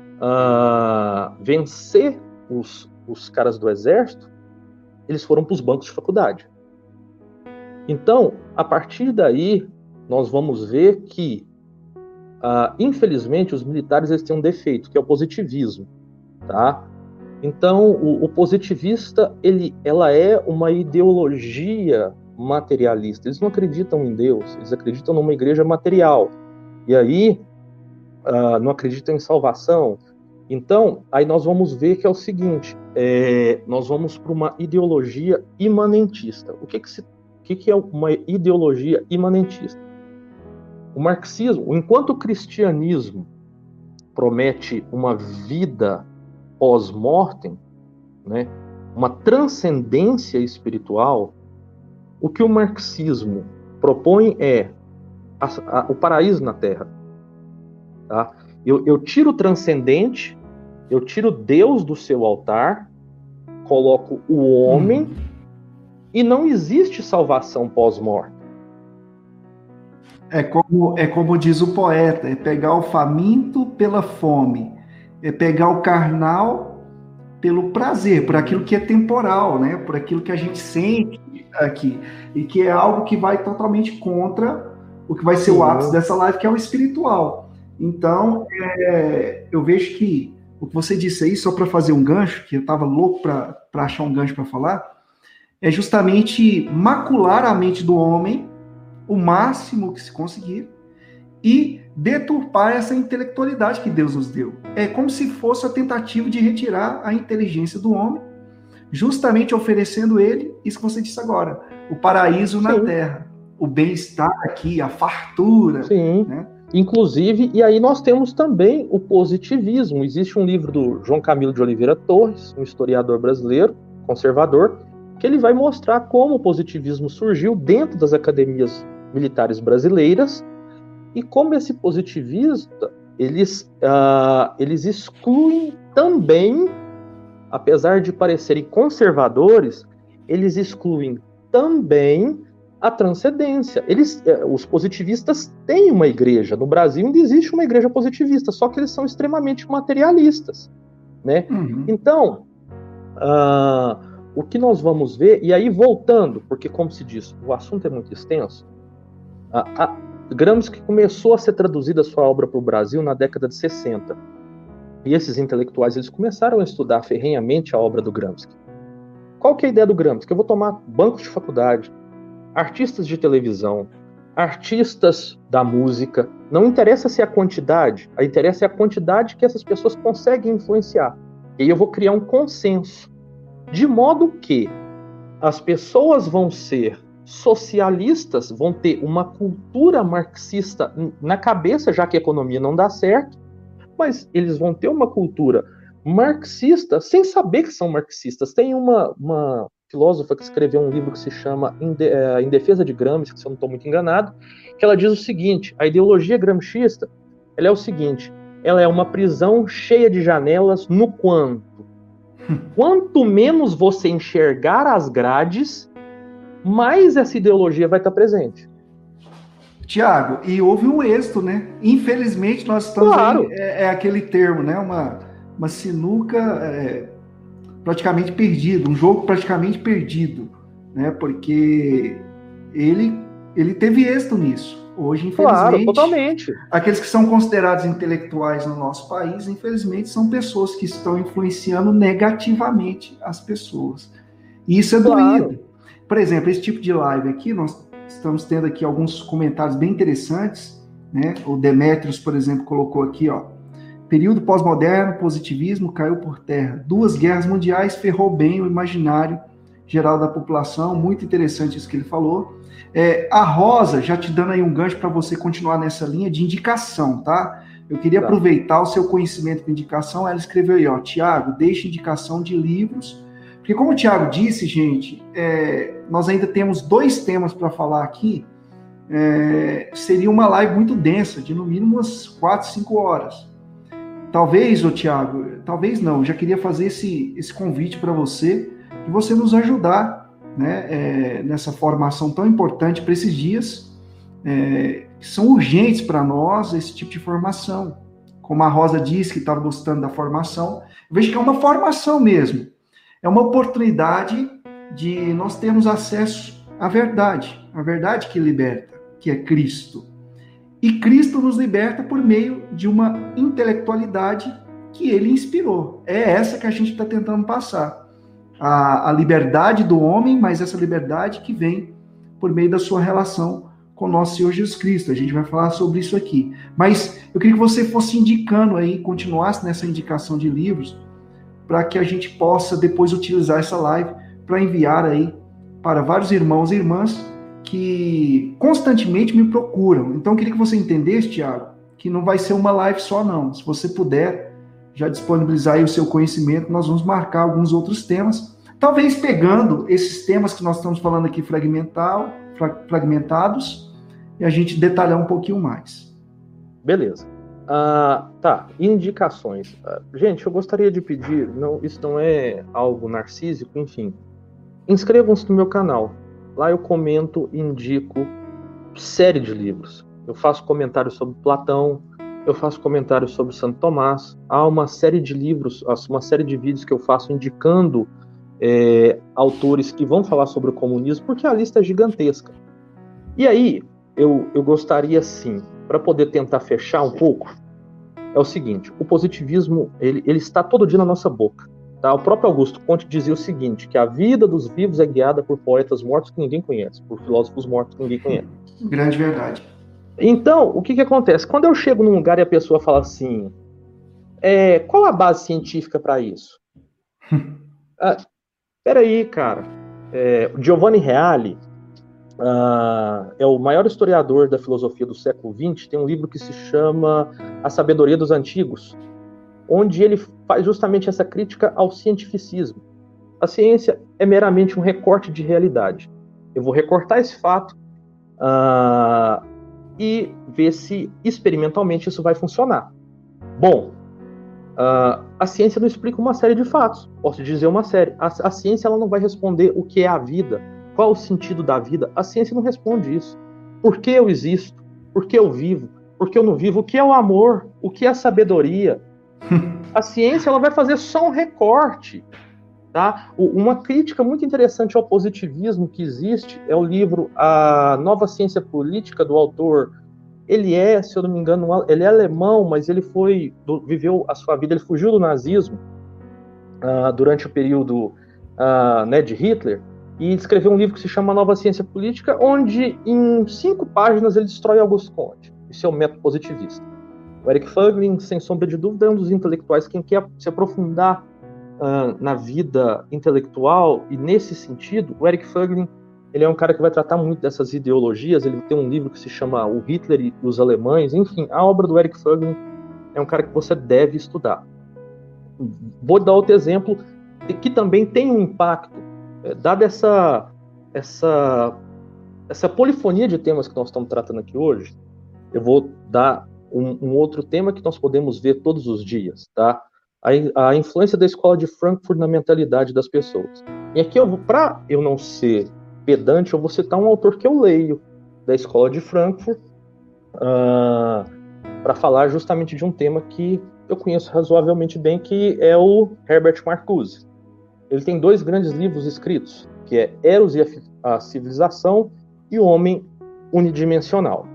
vencer os caras do exército, eles foram para os bancos de faculdade. Então, a partir daí, nós vamos ver que, infelizmente, os militares eles têm um defeito, que é o positivismo. Tá? Então, o positivista, ela é uma ideologia materialista. Eles não acreditam em Deus, eles acreditam numa igreja material. E aí, não acreditam em salvação. Então, aí nós vamos ver que é o seguinte, nós vamos para uma ideologia imanentista. O que é uma ideologia imanentista? O marxismo, enquanto o cristianismo promete uma vida pós-mortem, né, uma transcendência espiritual, o que o marxismo propõe é o paraíso na Terra. Tá? Eu tiro o transcendente, eu tiro Deus do seu altar, coloco o homem e não existe salvação pós-morte. É como diz o poeta, é pegar o faminto pela fome, é pegar o carnal pelo prazer, por aquilo que é temporal, né? Por aquilo que a gente sente aqui, e que é algo que vai totalmente contra o que vai ser o ápice dessa live, que é o espiritual. Então, eu vejo que o que você disse aí, só para fazer um gancho, que eu estava louco para achar um gancho para falar, é justamente macular a mente do homem o máximo que se conseguir e deturpar essa intelectualidade que Deus nos deu. É como se fosse a tentativa de retirar a inteligência do homem, justamente oferecendo ele, isso que você disse agora, o paraíso na Terra, o bem-estar aqui, a fartura. Sim. Né? Inclusive, e aí nós temos também o positivismo. Existe um livro do João Camilo de Oliveira Torres, um historiador brasileiro, conservador, que ele vai mostrar como o positivismo surgiu dentro das academias militares brasileiras e como esse positivista, eles excluem também, apesar de parecerem conservadores, eles excluem também a transcendência. Os positivistas têm uma igreja. No Brasil ainda existe uma igreja positivista, só que eles são extremamente materialistas. Né? Então, o que nós vamos ver, e aí voltando, porque como se diz, o assunto é muito extenso, Gramsci começou a ser traduzida a sua obra para o Brasil na década de 60. E esses intelectuais eles começaram a estudar ferrenhamente a obra do Gramsci. Qual que é a ideia do Gramsci? Que eu vou tomar bancos de faculdade, artistas de televisão, artistas da música, não interessa se é a quantidade, interessa é a quantidade que essas pessoas conseguem influenciar. E aí eu vou criar um consenso, de modo que as pessoas vão ser socialistas, vão ter uma cultura marxista na cabeça, já que a economia não dá certo, mas eles vão ter uma cultura marxista sem saber que são marxistas. Tem uma filósofa que escreveu um livro que se chama Em Defesa de Gramsci, se eu não estou muito enganado, que ela diz o seguinte: a ideologia gramscista, ela é o seguinte, ela é uma prisão cheia de janelas no quanto menos você enxergar as grades, mais essa ideologia vai estar presente. Tiago, e houve um êxito, né? Infelizmente, nós estamos Claro. aí, aquele termo, né? Uma sinuca praticamente perdida, um jogo praticamente perdido, né? Porque ele teve êxito nisso. Hoje, infelizmente, Claro, totalmente. Aqueles que são considerados intelectuais no nosso país, infelizmente, são pessoas que estão influenciando negativamente as pessoas. E isso é doído. Por exemplo, esse tipo de live aqui, nós estamos tendo aqui alguns comentários bem interessantes, né? O Demétrios, por exemplo, colocou aqui, ó, período pós-moderno, positivismo caiu por terra. 2 guerras mundiais ferrou bem o imaginário geral da população. Muito interessante isso que ele falou. A Rosa, já te dando aí um gancho para você continuar nessa linha de indicação, tá? Eu queria aproveitar o seu conhecimento com indicação. Ela escreveu aí, ó, Tiago, deixe indicação de livros. Porque como o Tiago disse, gente, nós ainda temos 2 temas para falar aqui. Seria uma live muito densa, de no mínimo umas 4, 5 horas. Talvez, ô Tiago, talvez não, já queria fazer esse convite para você, de você nos ajudar, né, nessa formação tão importante para esses dias, que são urgentes para nós, esse tipo de formação. Como a Rosa disse que estava gostando da formação, eu vejo que é uma formação mesmo. É uma oportunidade de nós termos acesso à verdade que liberta, que é Cristo. E Cristo nos liberta por meio de uma intelectualidade que ele inspirou. É essa que a gente está tentando passar. A liberdade do homem, mas essa liberdade que vem por meio da sua relação com o nosso Senhor Jesus Cristo. A gente vai falar sobre isso aqui. Mas eu queria que você fosse indicando aí, continuasse nessa indicação de livros, para que a gente possa depois utilizar essa live para enviar aí para vários irmãos e irmãs que constantemente me procuram. Então, eu queria que você entendesse, Tiago, que não vai ser uma live só, não. Se você puder já disponibilizar aí o seu conhecimento, nós vamos marcar alguns outros temas, talvez pegando esses temas que nós estamos falando aqui fragmentados, e a gente detalhar um pouquinho mais. Beleza. Tá, indicações. Gente, eu gostaria de pedir, isso não é algo narcísico, enfim, inscrevam-se no meu canal. Lá eu comento, indico série de livros. Eu faço comentários sobre Platão, eu faço comentários sobre Santo Tomás. Há uma série de livros, uma série de vídeos que eu faço indicando autores que vão falar sobre o comunismo, porque a lista é gigantesca. E aí, eu gostaria, sim, para poder tentar fechar um pouco, é o seguinte: o positivismo ele está todo dia na nossa boca. Tá? O próprio Augusto Conte dizia o seguinte, que a vida dos vivos é guiada por poetas mortos que ninguém conhece, por filósofos mortos que ninguém conhece. Grande verdade. Então, o que acontece? Quando eu chego num lugar e a pessoa fala assim, qual a base científica para isso? Peraí, cara. Giovanni Reale é o maior historiador da filosofia do século XX, tem um livro que se chama A Sabedoria dos Antigos, onde ele faz justamente essa crítica ao cientificismo. A ciência é meramente um recorte de realidade. Eu vou recortar esse fato e ver se experimentalmente isso vai funcionar. Bom, a ciência não explica uma série de fatos. Posso dizer uma série. A ciência ela não vai responder o que é a vida, qual o sentido da vida. A ciência não responde isso. Por que eu existo? Por que eu vivo? Por que eu não vivo? O que é o amor? O que é a sabedoria? A ciência ela vai fazer só um recorte. Tá? Uma crítica muito interessante ao positivismo que existe é o livro A Nova Ciência Política, do autor. Ele se eu não me engano, ele é alemão, mas ele viveu a sua vida, ele fugiu do nazismo durante o período de Hitler, e escreveu um livro que se chama A Nova Ciência Política, onde em 5 páginas ele destrói Augusto Conte. Esse é o método positivista. O Eric Fögling, sem sombra de dúvida, é um dos intelectuais. Quem quer se aprofundar na vida intelectual, e nesse sentido, o Eric Fögling, ele é um cara que vai tratar muito dessas ideologias. Ele tem um livro que se chama O Hitler e os Alemães. Enfim, a obra do Eric Fögling é um cara que você deve estudar. Vou dar outro exemplo que também tem um impacto, dada essa polifonia de temas que nós estamos tratando aqui hoje. Eu vou dar um outro tema que nós podemos ver todos os dias, tá? A influência da escola de Frankfurt na mentalidade das pessoas. E aqui para eu não ser pedante, eu vou citar um autor que eu leio, da Escola de Frankfurt, para falar justamente de um tema que eu conheço razoavelmente bem, que é o Herbert Marcuse. Ele tem 2 grandes livros escritos, que é Eros e a Civilização e O Homem Unidimensional.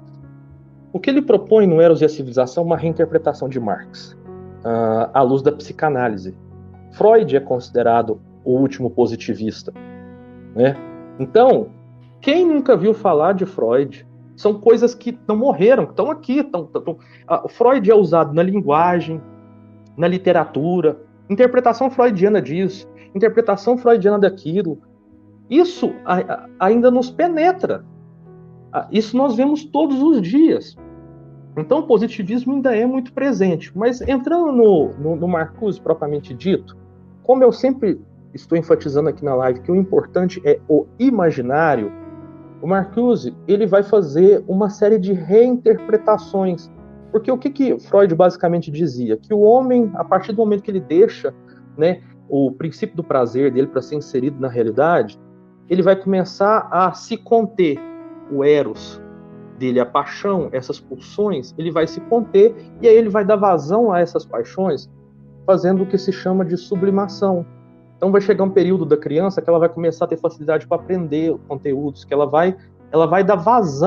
O que ele propõe no Eros e a Civilização é uma reinterpretação de Marx, à luz da psicanálise. Freud é considerado o último positivista, né? Então, quem nunca viu falar de Freud? São coisas que não morreram, que estão aqui. Freud é usado na linguagem, na literatura, interpretação freudiana disso, interpretação freudiana daquilo. Isso ainda nos penetra. Isso nós vemos todos os dias. Então, o positivismo ainda é muito presente. Mas entrando no Marcuse propriamente dito, como eu sempre estou enfatizando aqui na live que o importante é o imaginário, o Marcuse ele vai fazer uma série de reinterpretações. Porque o que Freud basicamente dizia? Que o homem, a partir do momento que ele deixa, né, o princípio do prazer dele para ser inserido na realidade, ele vai começar a se conter. O eros dele, a paixão, essas pulsões, ele vai se conter e aí ele vai dar vazão a essas paixões, fazendo o que se chama de sublimação. Então vai chegar um período da criança que ela vai começar a ter facilidade para aprender conteúdos, que ela vai dar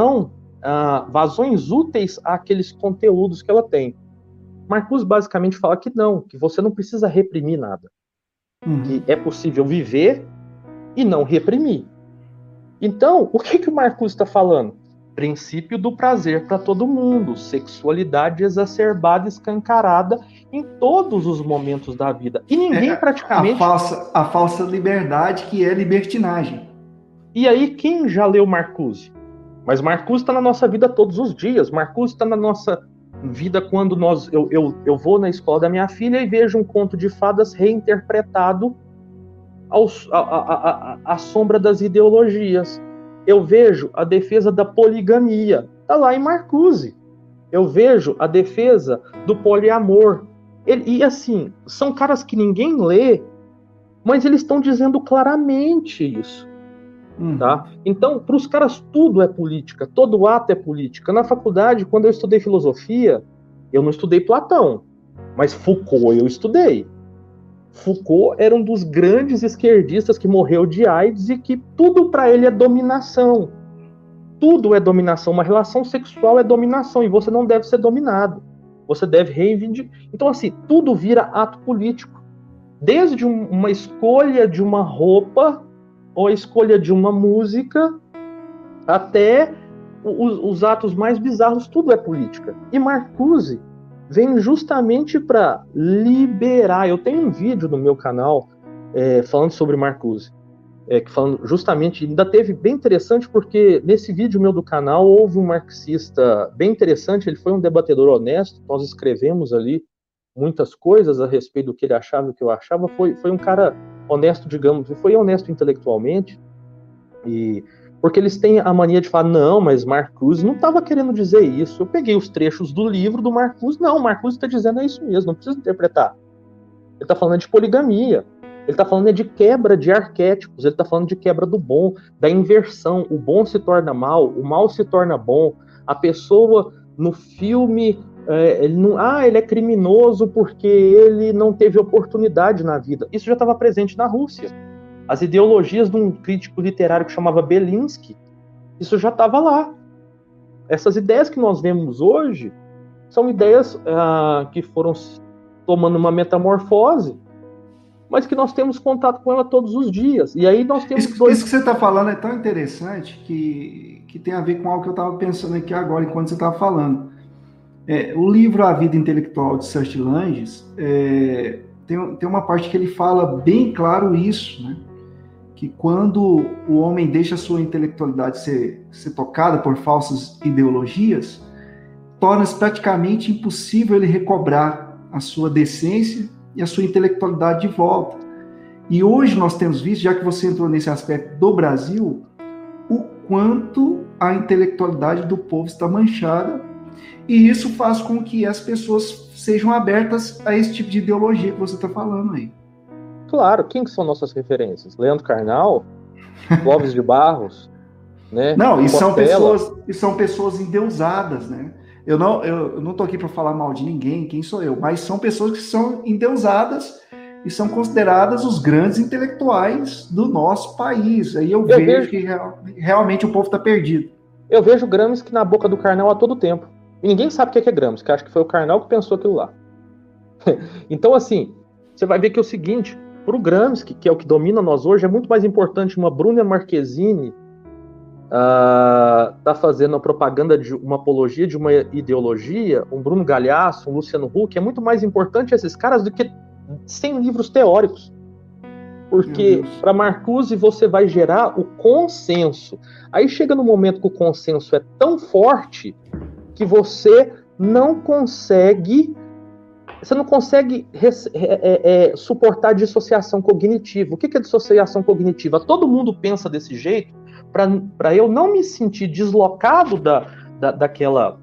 vazões úteis àqueles conteúdos que ela tem. Marcuse basicamente fala que não, que você não precisa reprimir nada. Que é possível viver e não reprimir. Então, o que o Marcuse está falando? Princípio do prazer para todo mundo, sexualidade exacerbada, escancarada em todos os momentos da vida. E ninguém praticamente... A falsa liberdade, que é libertinagem. E aí, quem já leu Marcuse? Mas Marcuse está na nossa vida todos os dias. Marcuse está na nossa vida quando eu vou na escola da minha filha e vejo um conto de fadas reinterpretado à sombra das ideologias. Eu vejo a defesa da poligamia, está lá em Marcuse. Eu vejo a defesa do poliamor. E assim, são caras que ninguém lê, mas eles estão dizendo claramente isso. Tá? Então, para os caras tudo é política, todo ato é política. Na faculdade, quando eu estudei filosofia, eu não estudei Platão, mas Foucault eu estudei. Foucault era um dos grandes esquerdistas que morreu de AIDS e que tudo para ele é dominação. Tudo é dominação. Uma relação sexual é dominação e você não deve ser dominado. Você deve reivindicar. Então, assim, tudo vira ato político. Desde uma escolha de uma roupa ou a escolha de uma música até os atos mais bizarros, tudo é política. E Marcuse vem justamente para liberar. Eu tenho um vídeo no meu canal falando sobre Marcuse, falando justamente, ainda teve bem interessante, porque nesse vídeo meu do canal houve um marxista bem interessante, ele foi um debatedor honesto, nós escrevemos ali muitas coisas a respeito do que ele achava e o que eu achava, foi um cara honesto, digamos, foi honesto intelectualmente, porque eles têm a mania de falar, não, mas Marcuse não estava querendo dizer isso. Eu peguei os trechos do livro do Marcuse, não, Marcuse está dizendo é isso mesmo, não precisa interpretar. Ele está falando de poligamia, ele está falando de quebra de arquétipos, ele está falando de quebra do bom, da inversão, o bom se torna mal, o mal se torna bom, a pessoa no filme, ele é criminoso porque ele não teve oportunidade na vida. Isso já estava presente na Rússia. As ideologias de um crítico literário que chamava Belinsky, isso já estava lá. Essas ideias que nós vemos hoje são ideias que foram tomando uma metamorfose, mas que nós temos contato com ela todos os dias. E aí nós temos isso que você está falando é tão interessante que tem a ver com algo que eu estava pensando aqui agora, enquanto você estava falando. O livro A Vida Intelectual de Serge Langes tem uma parte que ele fala bem claro isso, né? Que quando o homem deixa a sua intelectualidade ser tocada por falsas ideologias, torna-se praticamente impossível ele recobrar a sua decência e a sua intelectualidade de volta. E hoje nós temos visto, já que você entrou nesse aspecto do Brasil, o quanto a intelectualidade do povo está manchada, e isso faz com que as pessoas sejam abertas a esse tipo de ideologia que você está falando aí. Claro, quem que são nossas referências? Leandro Carnal, Clóvis de Barros, né? Não, Portela. e são pessoas endeusadas, né? Eu não tô aqui para falar mal de ninguém, quem sou eu, mas são pessoas que são endeusadas e são consideradas os grandes intelectuais do nosso país. Aí eu vejo que realmente o povo está perdido. Eu vejo Gramsci na boca do Karnal a todo tempo. E ninguém sabe o que é Gramsci, que acho que foi o Karnal que pensou aquilo lá. Então, assim, você vai ver que é o seguinte, para o Gramsci, que é o que domina nós hoje, é muito mais importante uma Bruna Marquezine tá fazendo a propaganda de uma apologia de uma ideologia, um Bruno Galhaço, um Luciano Huck, é muito mais importante esses caras do que 100 livros teóricos. Porque para Marcuse você vai gerar o consenso. Aí chega no momento que o consenso é tão forte que você não consegue suportar dissociação cognitiva. O que é dissociação cognitiva? Todo mundo pensa desse jeito. Para eu não me sentir deslocado daquela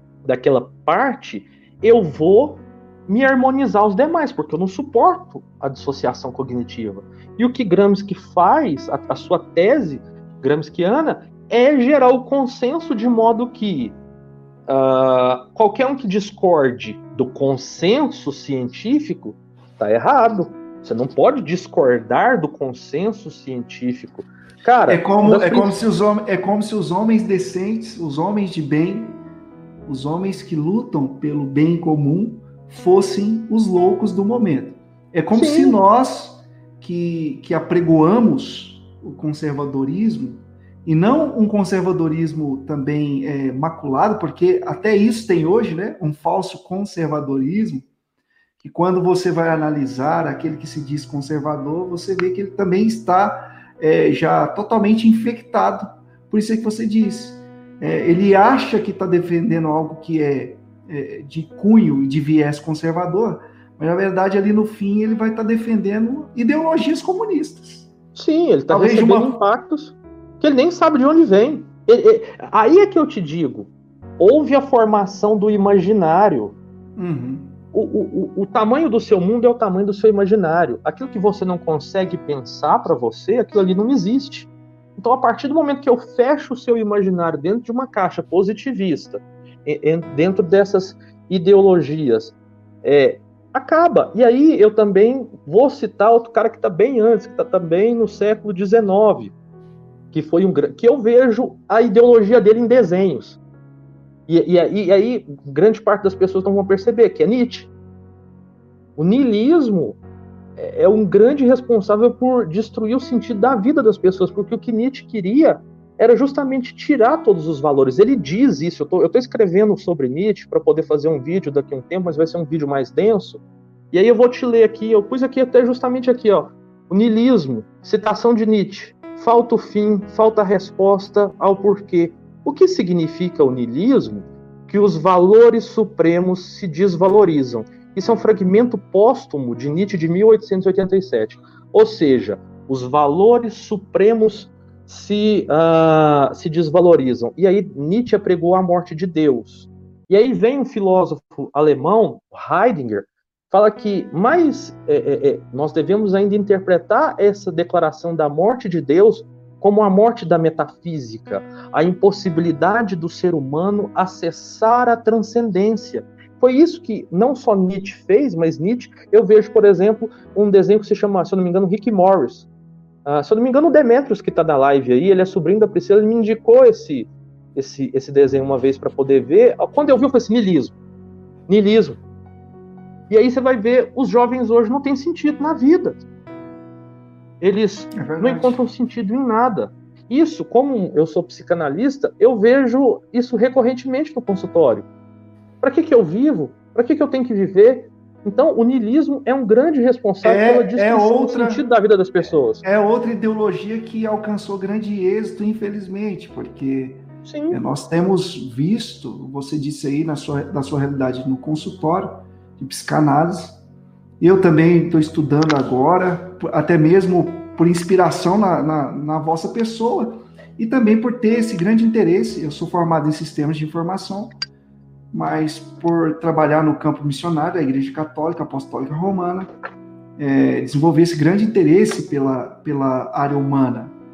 parte, eu vou me harmonizar aos demais, porque eu não suporto a dissociação cognitiva. E o que Gramsci faz, a sua tese gramsciana, é gerar o consenso de modo que qualquer um que discorde do consenso científico está errado. Você não pode discordar do consenso científico. Cara, é como se os homens decentes, os homens de bem, os homens que lutam pelo bem comum, fossem os loucos do momento. É como se nós que apregoamos o conservadorismo, e não um conservadorismo também maculado, porque até isso tem hoje, né? Um falso conservadorismo, que quando você vai analisar aquele que se diz conservador, você vê que ele também está já totalmente infectado. Por isso é que você disse. Ele acha que está defendendo algo que é de cunho e de viés conservador, mas na verdade ali no fim ele vai estar defendendo ideologias comunistas. Sim, ele está recebendo impactos que ele nem sabe de onde vem. Aí é que eu te digo, houve a formação do imaginário. Uhum. O tamanho do seu mundo é o tamanho do seu imaginário. Aquilo que você não consegue pensar para você, aquilo ali não existe. Então, a partir do momento que eu fecho o seu imaginário dentro de uma caixa positivista, dentro dessas ideologias, acaba. E aí eu também vou citar outro cara que está bem antes, que está também no século XIX, que foi que eu vejo a ideologia dele em desenhos. E aí grande parte das pessoas não vão perceber que é Nietzsche. O niilismo é um grande responsável por destruir o sentido da vida das pessoas, porque o que Nietzsche queria era justamente tirar todos os valores. Ele diz isso, eu estou escrevendo sobre Nietzsche para poder fazer um vídeo daqui a um tempo, mas vai ser um vídeo mais denso, e aí eu vou te ler aqui, eu pus aqui até justamente aqui, ó, o niilismo, citação de Nietzsche, falta o fim, falta a resposta ao porquê. O que significa o niilismo? Que os valores supremos se desvalorizam. Isso é um fragmento póstumo de Nietzsche de 1887. Ou seja, os valores supremos se desvalorizam. E aí Nietzsche pregou a morte de Deus. E aí vem um filósofo alemão, Heidegger, fala que nós devemos ainda interpretar essa declaração da morte de Deus como a morte da metafísica, a impossibilidade do ser humano acessar a transcendência. Foi isso que não só Nietzsche fez, mas Nietzsche, eu vejo, por exemplo, um desenho que se chama, se eu não me engano, Rick Morris. Se eu não me engano, o Demetrius, que está na live aí, ele é sobrinho da Priscila, ele me indicou esse desenho uma vez para poder ver. Quando eu vi, eu falei assim, niilismo. E aí você vai ver, os jovens hoje não têm sentido na vida. Eles não encontram sentido em nada. Isso, como eu sou psicanalista, eu vejo isso recorrentemente no consultório. Para que eu vivo? Para que eu tenho que viver? Então, o niilismo é um grande responsável pela destruição do sentido da vida das pessoas. É outra ideologia que alcançou grande êxito, infelizmente, porque nós temos visto, você disse aí da sua realidade no consultório de psicanálise. Eu também estou estudando agora, até mesmo por inspiração na vossa pessoa, e também por ter esse grande interesse. Eu sou formado em sistemas de informação, mas por trabalhar no campo missionário da Igreja Católica Apostólica Romana, desenvolver esse grande interesse pela área humana.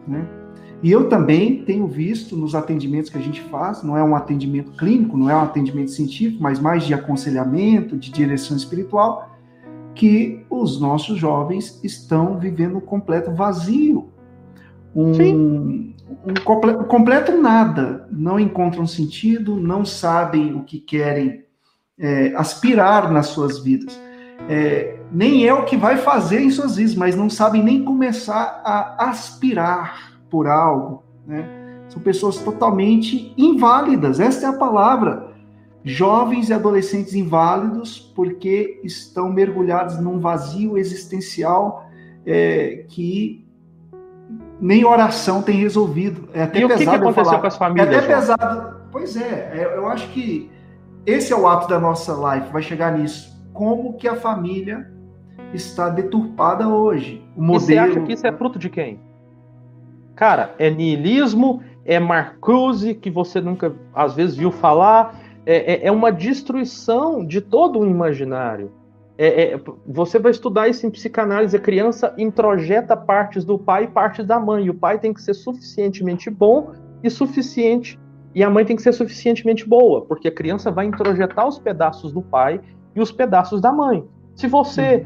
né? E eu também tenho visto nos atendimentos que a gente faz, não é um atendimento clínico, não é um atendimento científico, mas mais de aconselhamento, de direção espiritual, que os nossos jovens estão vivendo um completo vazio, um completo nada, não encontram sentido, não sabem o que querem aspirar nas suas vidas. Nem é o que vai fazer em suas vidas, mas não sabem nem começar a aspirar por algo, né? São pessoas totalmente inválidas, esta é a palavra. Jovens e adolescentes inválidos porque estão mergulhados num vazio existencial que nem oração tem resolvido. É até e pesado. O que aconteceu com as famílias? É até pesado. Pois eu acho que esse é o ato da nossa live, vai chegar nisso. Como que a família está deturpada hoje? O modelo... E você acha que isso é fruto de quem? Cara, é niilismo, é Marcuse, que você nunca, às vezes, viu falar, é uma destruição de todo o imaginário. Você vai estudar isso em psicanálise, a criança introjeta partes do pai e partes da mãe, e o pai tem que ser suficientemente bom e a mãe tem que ser suficientemente boa, porque a criança vai introjetar os pedaços do pai e os pedaços da mãe. Se você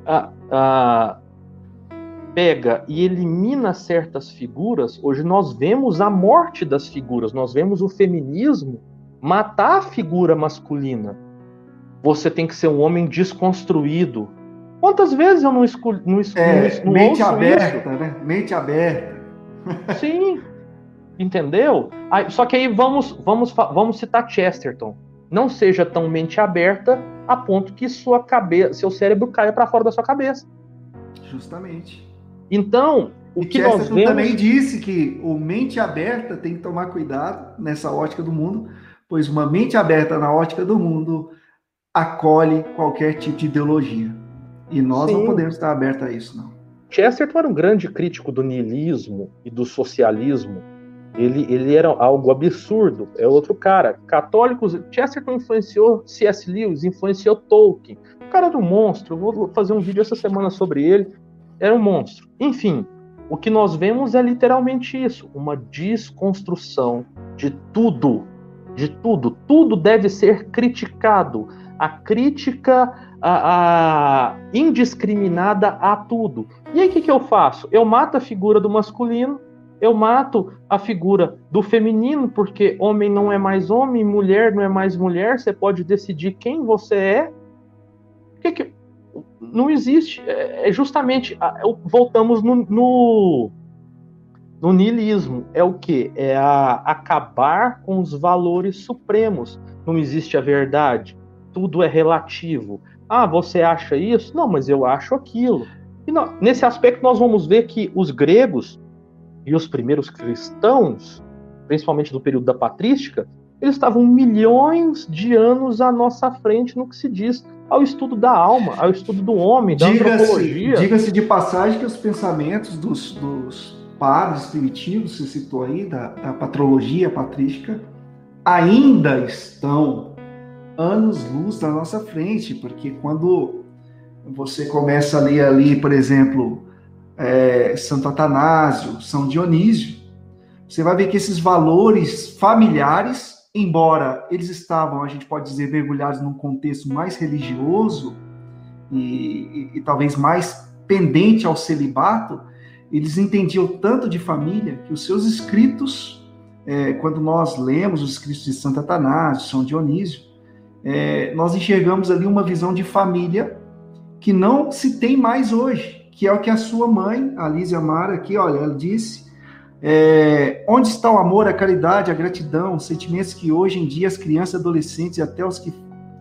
pega e elimina certas figuras, hoje nós vemos a morte das figuras, nós vemos o feminismo matar a figura masculina. Você tem que ser um homem desconstruído. Quantas vezes eu não mente ouço aberta, isso? né? Mente aberta. Sim, entendeu? Só que aí vamos citar Chesterton. Não seja tão mente aberta a ponto que seu cérebro caia para fora da sua cabeça. Justamente. Então, o que Chesterton nós vemos... também disse que o mente aberta tem que tomar cuidado nessa ótica do mundo, pois uma mente aberta na ótica do mundo acolhe qualquer tipo de ideologia. E nós não podemos estar abertos a isso, não. Chesterton era um grande crítico do niilismo e do socialismo. Ele era algo absurdo. É outro cara. Católicos... Chesterton influenciou C.S. Lewis, influenciou Tolkien. O cara era um monstro. Eu vou fazer um vídeo essa semana sobre ele. Era um monstro. Enfim, o que nós vemos é literalmente isso. Uma desconstrução de tudo. De tudo. Tudo deve ser criticado. A crítica indiscriminada a tudo. E aí o que eu faço? Eu mato a figura do masculino, eu mato a figura do feminino, porque homem não é mais homem, mulher não é mais mulher, você pode decidir quem você é. Não existe. Justamente, voltamos no niilismo. É o quê? É acabar com os valores supremos. Não existe a verdade. Tudo é relativo. Você acha isso? Não, mas eu acho aquilo. E nesse aspecto nós vamos ver que os gregos e os primeiros cristãos, principalmente do período da patrística, eles estavam milhões de anos à nossa frente no que se diz ao estudo da alma, ao estudo do homem, da antropologia. Diga-se de passagem que os pensamentos dos padres primitivos, você citou aí, da patrologia patrística, ainda estão anos-luz na nossa frente, porque quando você começa a ler ali, por exemplo, Santo Atanásio, São Dionísio, você vai ver que esses valores familiares, embora eles estavam, a gente pode dizer, mergulhados num contexto mais religioso e talvez mais pendente ao celibato, eles entendiam tanto de família que os seus escritos, quando nós lemos os escritos de Santo Atanásio, São Dionísio, nós enxergamos ali uma visão de família que não se tem mais hoje, que é o que a sua mãe, a Lísia Mara, aqui, olha, ela disse, onde está o amor, a caridade, a gratidão, sentimentos que hoje em dia as crianças, adolescentes e até os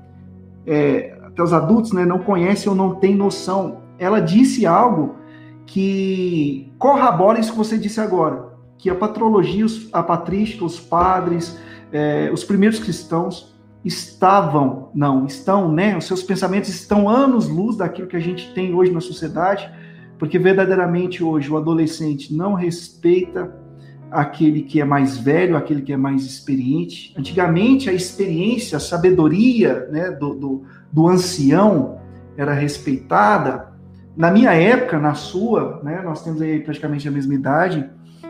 adultos, né, não conhecem ou não têm noção. Ela disse algo que corrobora isso que você disse agora, que a patrologia, a patrística, os padres, os primeiros cristãos estão, né? Os seus pensamentos estão anos-luz daquilo que a gente tem hoje na sociedade, porque verdadeiramente hoje o adolescente não respeita aquele que é mais velho, aquele que é mais experiente. Antigamente a experiência, a sabedoria, né, do ancião era respeitada. Na minha época, na sua, né, nós temos aí praticamente a mesma idade,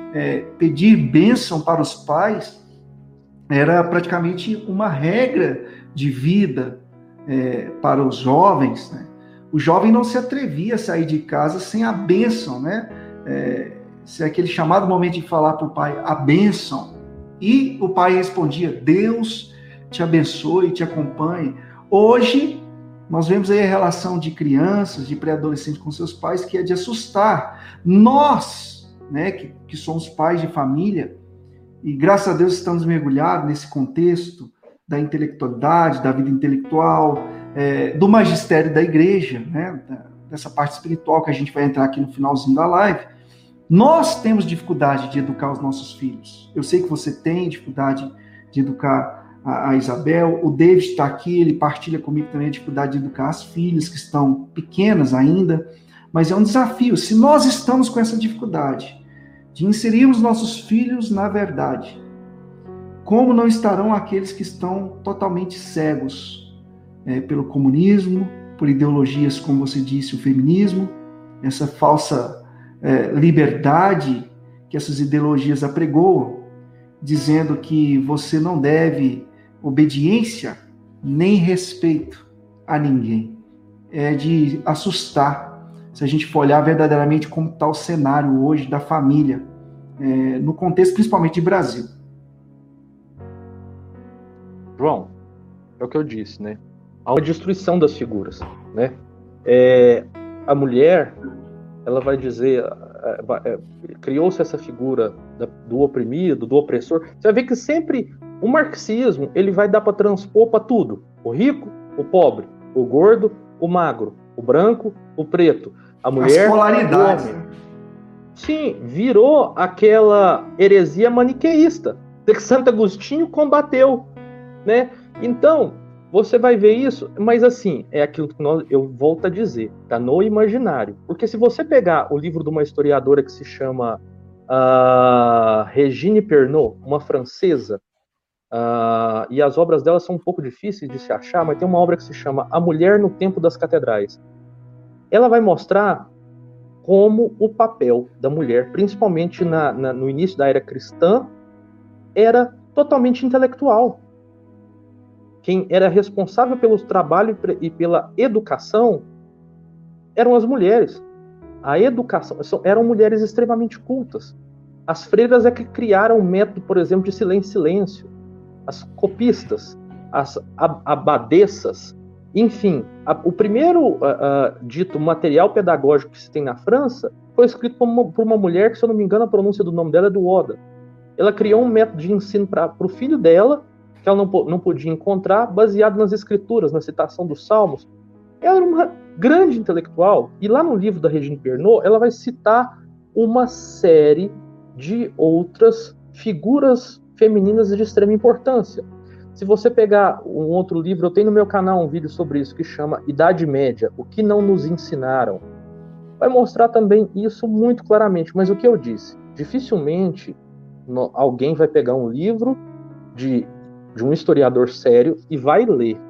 pedir bênção para os pais era praticamente uma regra de vida para os jovens, né? O jovem não se atrevia a sair de casa sem a bênção, né? Se é aquele chamado momento de falar para o pai a bênção, e o pai respondia: Deus te abençoe e te acompanhe. Hoje, nós vemos aí a relação de crianças, de pré-adolescentes com seus pais, que é de assustar. Nós, né, que somos pais de família, e graças a Deus estamos mergulhados nesse contexto da intelectualidade, da vida intelectual, do magistério da igreja, né, dessa parte espiritual que a gente vai entrar aqui no finalzinho da live. Nós temos dificuldade de educar os nossos filhos. Eu sei que você tem dificuldade de educar a Isabel, o David está aqui, ele partilha comigo também a dificuldade de educar as filhas que estão pequenas ainda, mas é um desafio. Se nós estamos com essa dificuldade de inserirmos nossos filhos na verdade, como não estarão aqueles que estão totalmente cegos pelo comunismo, por ideologias, como você disse, o feminismo, essa falsa liberdade que essas ideologias apregoam, dizendo que você não deve obediência nem respeito a ninguém. É de assustar se a gente for olhar verdadeiramente como está o cenário hoje da família, no contexto principalmente de Brasil. João, é o que eu disse, né? Há uma destruição das figuras, né? A mulher, ela vai dizer, criou-se essa figura do oprimido, do opressor. Você vai ver que sempre o marxismo, ele vai dar para transpor para tudo. O rico, o pobre, o gordo, o magro, o branco, o preto, a mulher, as polaridades, o homem. Sim, virou aquela heresia maniqueísta que Santo Agostinho combateu, né? Então, você vai ver isso, mas assim, é aquilo que eu volto a dizer, tá no imaginário. Porque se você pegar o livro de uma historiadora que se chama Regine Pernot, uma francesa, e as obras dela são um pouco difíceis de se achar, mas tem uma obra que se chama A Mulher no Tempo das Catedrais. Ela vai mostrar como o papel da mulher, principalmente no início da era cristã, era totalmente intelectual. Quem era responsável pelo trabalho e pela educação eram as mulheres. A educação eram mulheres extremamente cultas. As freiras é que criaram o método, por exemplo, de silêncio. As copistas, as abadesas, enfim, o primeiro dito material pedagógico que se tem na França foi escrito por uma mulher que, se eu não me engano, a pronúncia do nome dela é do Oda. Ela criou um método de ensino para o filho dela, que ela não podia encontrar, baseado nas escrituras, na citação dos salmos. Ela era uma grande intelectual, e lá no livro da Regine Pernot, ela vai citar uma série de outras figuras femininas de extrema importância. Se você pegar um outro livro, eu tenho no meu canal um vídeo sobre isso, que chama Idade Média, o que não nos ensinaram. Vai mostrar também isso muito claramente, mas o que eu disse, dificilmente alguém vai pegar um livro de um historiador sério e vai ler.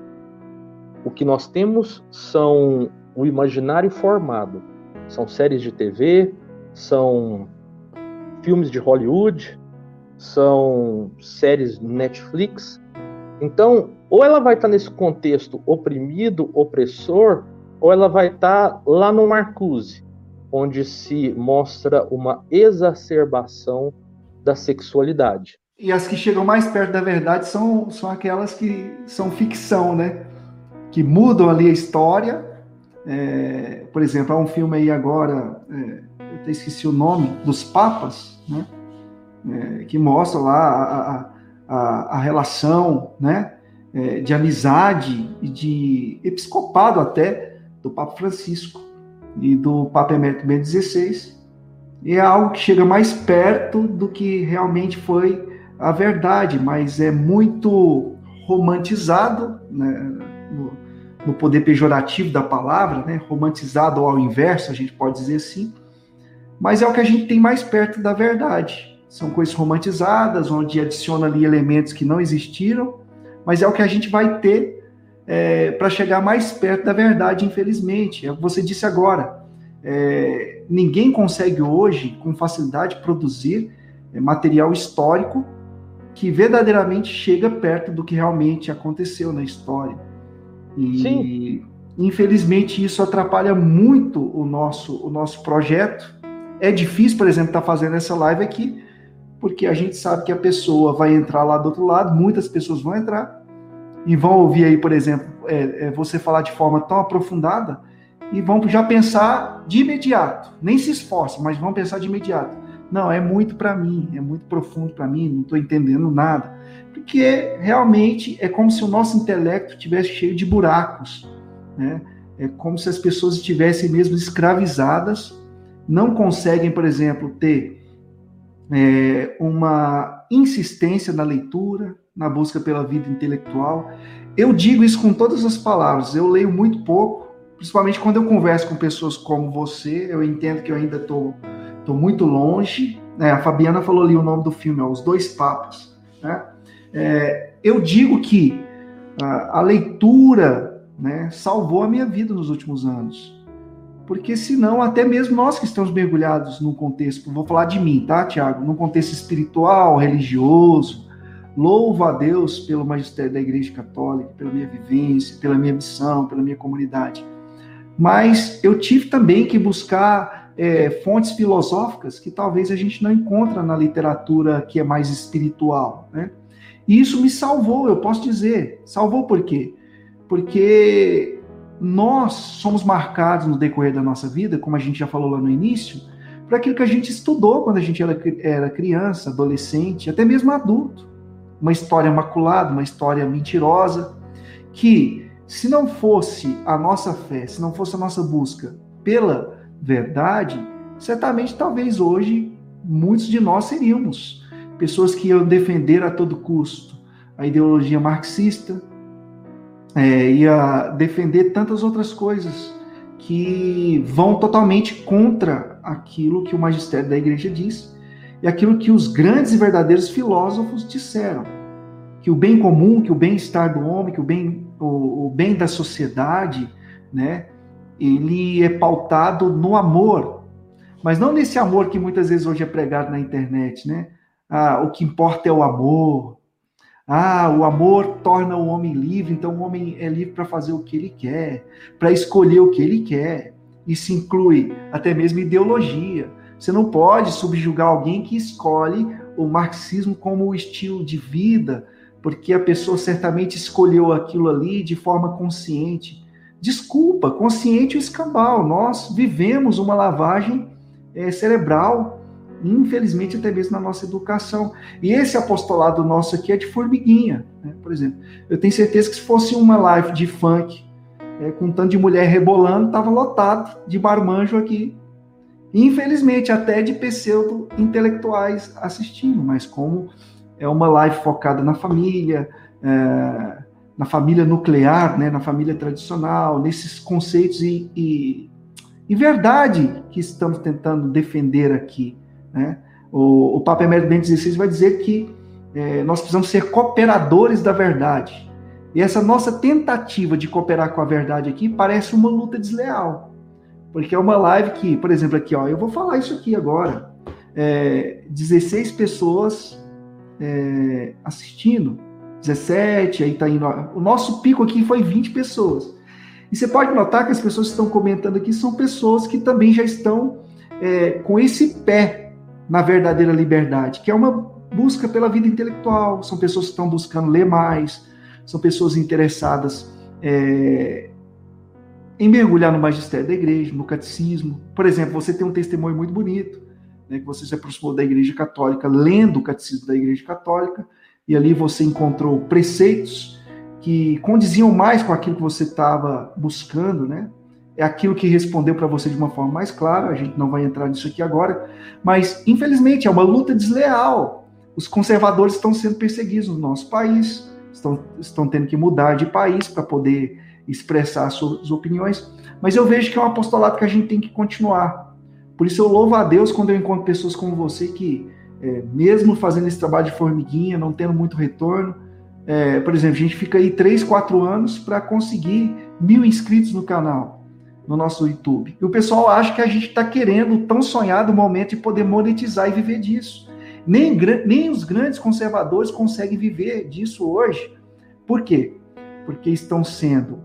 O que nós temos são o imaginário formado. São séries de TV, são filmes de Hollywood, são séries Netflix. Então, ou ela vai estar nesse contexto oprimido, opressor, ou ela vai estar lá no Marcuse, onde se mostra uma exacerbação da sexualidade. E as que chegam mais perto da verdade são aquelas que são ficção, né? Que mudam ali a história. Por exemplo, há um filme aí agora, eu até esqueci o nome, dos Papas, né? Que mostra lá a relação, né? De amizade e de episcopado até do Papa Francisco e do Papa Emérito Bento XVI. E é algo que chega mais perto do que realmente foi a verdade, mas é muito romantizado, né, no poder pejorativo da palavra, né, romantizado ou ao inverso, a gente pode dizer assim, mas é o que a gente tem mais perto da verdade. São coisas romantizadas, onde adiciona ali elementos que não existiram, mas é o que a gente vai ter para chegar mais perto da verdade, infelizmente. É o que você disse agora. Ninguém consegue hoje, com facilidade, produzir material histórico que verdadeiramente chega perto do que realmente aconteceu na história. E, sim, infelizmente, isso atrapalha muito o nosso projeto. É difícil, por exemplo, estar fazendo essa live aqui, porque a gente sabe que a pessoa vai entrar lá do outro lado, muitas pessoas vão entrar e vão ouvir aí, por exemplo, você falar de forma tão aprofundada e vão já pensar de imediato, nem se esforçam, mas vão pensar de imediato. Não, é muito para mim, é muito profundo para mim, não estou entendendo nada. Porque realmente é como se o nosso intelecto estivesse cheio de buracos, né? É como se as pessoas estivessem mesmo escravizadas, não conseguem, por exemplo, ter uma insistência na leitura, na busca pela vida intelectual. Eu digo isso com todas as palavras, eu leio muito pouco, principalmente quando eu converso com pessoas como você, eu entendo que eu ainda estou muito longe. A Fabiana falou ali o nome do filme, Os Dois Papas, né? Eu digo que a leitura, né, salvou a minha vida nos últimos anos. Porque senão, até mesmo nós que estamos mergulhados num contexto, vou falar de mim, tá, Tiago? Num contexto espiritual, religioso, louvo a Deus pelo magistério da Igreja Católica, pela minha vivência, pela minha missão, pela minha comunidade. Mas eu tive também que buscar fontes filosóficas que talvez a gente não encontra na literatura que é mais espiritual, né? E isso me salvou, eu posso dizer. Salvou por quê? Porque nós somos marcados no decorrer da nossa vida, como a gente já falou lá no início, por aquilo que a gente estudou quando a gente era criança, adolescente, até mesmo adulto. Uma história maculada, uma história mentirosa, que se não fosse a nossa fé, se não fosse a nossa busca pela verdade, certamente talvez hoje muitos de nós seríamos pessoas que iam defender a todo custo a ideologia marxista, ia defender tantas outras coisas que vão totalmente contra aquilo que o magistério da igreja diz e aquilo que os grandes e verdadeiros filósofos disseram, que o bem comum, que o bem-estar do homem, que o bem da sociedade, né, ele é pautado no amor, mas não nesse amor que muitas vezes hoje é pregado na internet, né? O que importa é o amor. O amor torna o homem livre, então o homem é livre para fazer o que ele quer, para escolher o que ele quer. Isso inclui até mesmo ideologia. Você não pode subjugar alguém que escolhe o marxismo como estilo de vida, porque a pessoa certamente escolheu aquilo ali de forma consciente. Desculpa, consciente o escambau. Nós vivemos uma lavagem cerebral, infelizmente até mesmo na nossa educação. E esse apostolado nosso aqui é de formiguinha, né? Por exemplo, eu tenho certeza que se fosse uma live de funk, com um tanto de mulher rebolando, estava lotado de marmanjo aqui. Infelizmente, até de pseudo-intelectuais assistindo, mas como é uma live focada na família nuclear, né, na família tradicional, nesses conceitos e verdade que estamos tentando defender aqui, né? O Papa Emérito Bento XVI vai dizer que nós precisamos ser cooperadores da verdade. E essa nossa tentativa de cooperar com a verdade aqui parece uma luta desleal. Porque é uma live que, por exemplo, aqui, eu vou falar isso aqui agora. 16 pessoas assistindo, 17, aí tá indo. O nosso pico aqui foi 20 pessoas. E você pode notar que as pessoas que estão comentando aqui são pessoas que também já estão com esse pé na verdadeira liberdade, que é uma busca pela vida intelectual. São pessoas que estão buscando ler mais, são pessoas interessadas em mergulhar no magistério da igreja, no catecismo. Por exemplo, você tem um testemunho muito bonito, né, que você se aproximou da Igreja Católica lendo o catecismo da Igreja Católica, e ali você encontrou preceitos que condiziam mais com aquilo que você estava buscando, né? É aquilo que respondeu para você de uma forma mais clara. A gente não vai entrar nisso aqui agora, mas infelizmente é uma luta desleal. Os conservadores estão sendo perseguidos no nosso país, estão tendo que mudar de país para poder expressar suas opiniões, mas eu vejo que é um apostolado que a gente tem que continuar. Por isso eu louvo a Deus quando eu encontro pessoas como você que, mesmo fazendo esse trabalho de formiguinha, não tendo muito retorno, por exemplo, a gente fica aí 3, 4 anos para conseguir 1000 inscritos no canal. no nosso YouTube. E o pessoal acha que a gente está querendo o tão sonhado momento de poder monetizar e viver disso. Nem os grandes conservadores conseguem viver disso hoje. Por quê? Porque estão sendo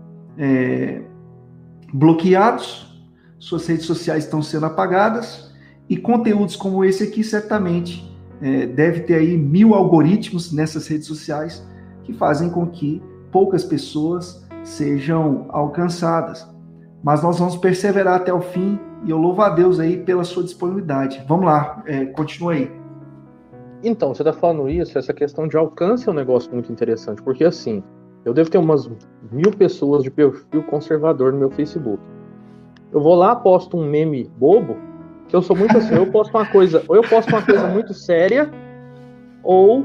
bloqueados, suas redes sociais estão sendo apagadas, e conteúdos como esse aqui, certamente, deve ter aí 1000 algoritmos nessas redes sociais que fazem com que poucas pessoas sejam alcançadas. Mas nós vamos perseverar até o fim, e eu louvo a Deus aí pela sua disponibilidade. Vamos lá, continua aí. Então, você está falando isso, essa questão de alcance é um negócio muito interessante, porque assim, eu devo ter umas 1000 pessoas de perfil conservador no meu Facebook. Eu vou lá, posto um meme bobo, que eu sou muito assim, ou eu posto uma coisa muito séria, ou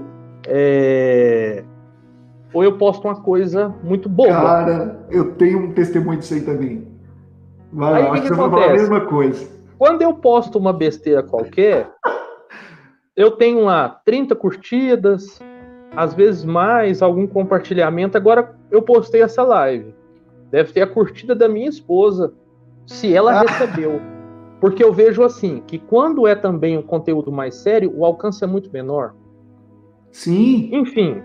eu posto uma coisa muito boba. Cara, eu tenho um testemunho disso aí também. Vai lá, acho que você vai falar a mesma coisa. Quando eu posto uma besteira qualquer, eu tenho lá 30 curtidas, às vezes mais, algum compartilhamento. Agora eu postei essa live. Deve ter a curtida da minha esposa, se ela recebeu. Porque eu vejo assim, que quando é também um conteúdo mais sério, o alcance é muito menor. Sim. Enfim,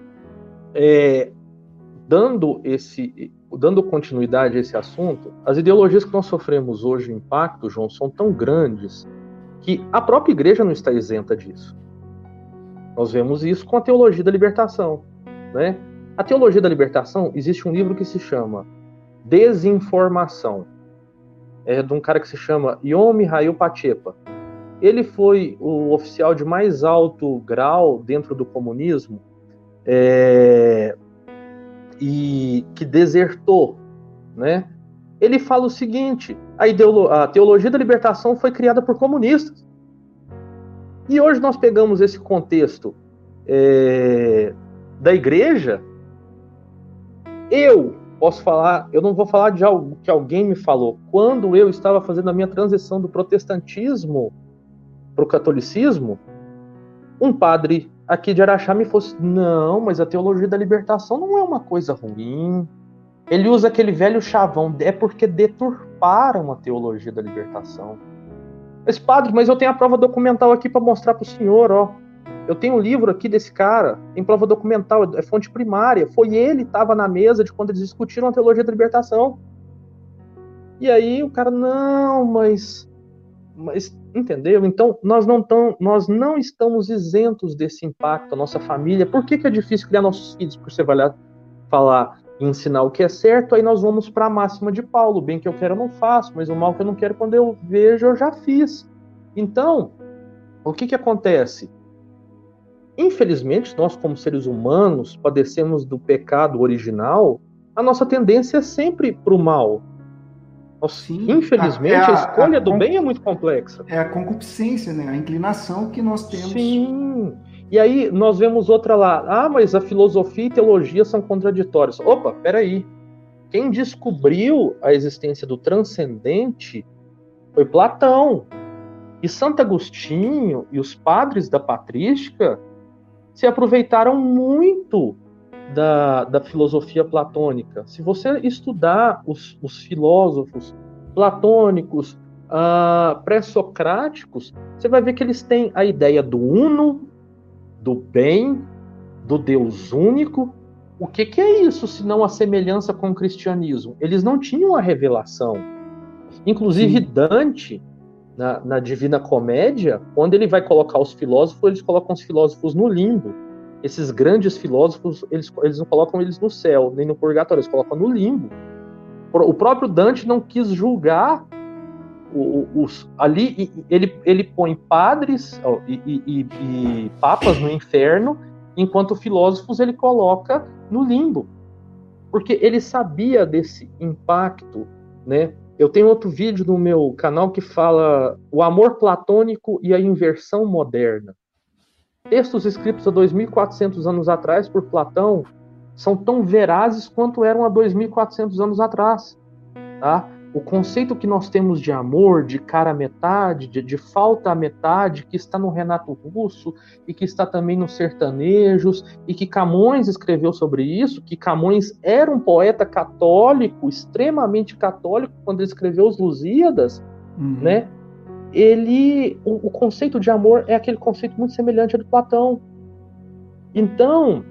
dando continuidade a esse assunto, as ideologias que nós sofremos hoje, o impacto, João, são tão grandes que a própria igreja não está isenta disso. Nós vemos isso com a teologia da libertação, né? A teologia da libertação, existe um livro que se chama Desinformação. É de um cara que se chama Yom Mihail Pachepa. Ele foi o oficial de mais alto grau dentro do comunismo, e que desertou, né? Ele fala o seguinte: a teologia da libertação foi criada por comunistas. E hoje nós pegamos esse contexto da igreja. Eu não vou falar de algo que alguém me falou. Quando eu estava fazendo a minha transição do protestantismo para o catolicismo, um padre aqui de Araxá me falou assim: não, mas a teologia da libertação não é uma coisa ruim. Ele usa aquele velho chavão, é porque deturparam a teologia da libertação. Mas, padre, mas eu tenho a prova documental aqui para mostrar para o senhor, ó. Eu tenho um livro aqui desse cara, tem prova documental, é fonte primária. Foi ele que estava na mesa de quando eles discutiram a teologia da libertação. E aí o cara, não, mas entendeu? Então, nós não estamos isentos desse impacto, a nossa família. Por que é difícil criar nossos filhos? Porque você vai lá falar e ensinar o que é certo, aí nós vamos para a máxima de Paulo: o bem que eu quero eu não faço, mas o mal que eu não quero, quando eu vejo, eu já fiz. Então, o que acontece? Infelizmente, nós como seres humanos padecemos do pecado original. A nossa tendência é sempre para o mal. Sim, infelizmente, a escolha do bem é muito complexa. É a concupiscência, né? A inclinação que nós temos. Sim. E aí nós vemos outra lá: mas a filosofia e teologia são contraditórias. Opa, peraí. Quem descobriu a existência do transcendente foi Platão. E Santo Agostinho e os padres da patrística se aproveitaram muito da filosofia platônica. Se você estudar os filósofos platônicos, pré-socráticos, você vai ver que eles têm a ideia do uno, do bem, do Deus único. O que é isso, se não a semelhança com o cristianismo? Eles não tinham a revelação. Inclusive, sim, Dante, na Divina Comédia, quando ele vai colocar os filósofos, eles colocam os filósofos no limbo. Esses grandes filósofos, eles não colocam eles no céu, nem no purgatório, eles colocam no limbo. O próprio Dante não quis julgar ali, ele põe padres e papas no inferno, enquanto filósofos ele coloca no limbo. Porque ele sabia desse impacto, né? Eu tenho outro vídeo no meu canal que fala o amor platônico e a inversão moderna. Textos escritos há 2.400 anos atrás por Platão são tão verazes quanto eram há 2.400 anos atrás. Tá? O conceito que nós temos de amor, de cara à metade, de falta à metade, que está no Renato Russo e que está também nos sertanejos, e que Camões escreveu sobre isso, que Camões era um poeta católico, extremamente católico, quando ele escreveu os Lusíadas, né? O conceito de amor é aquele conceito muito semelhante ao de Platão. Então,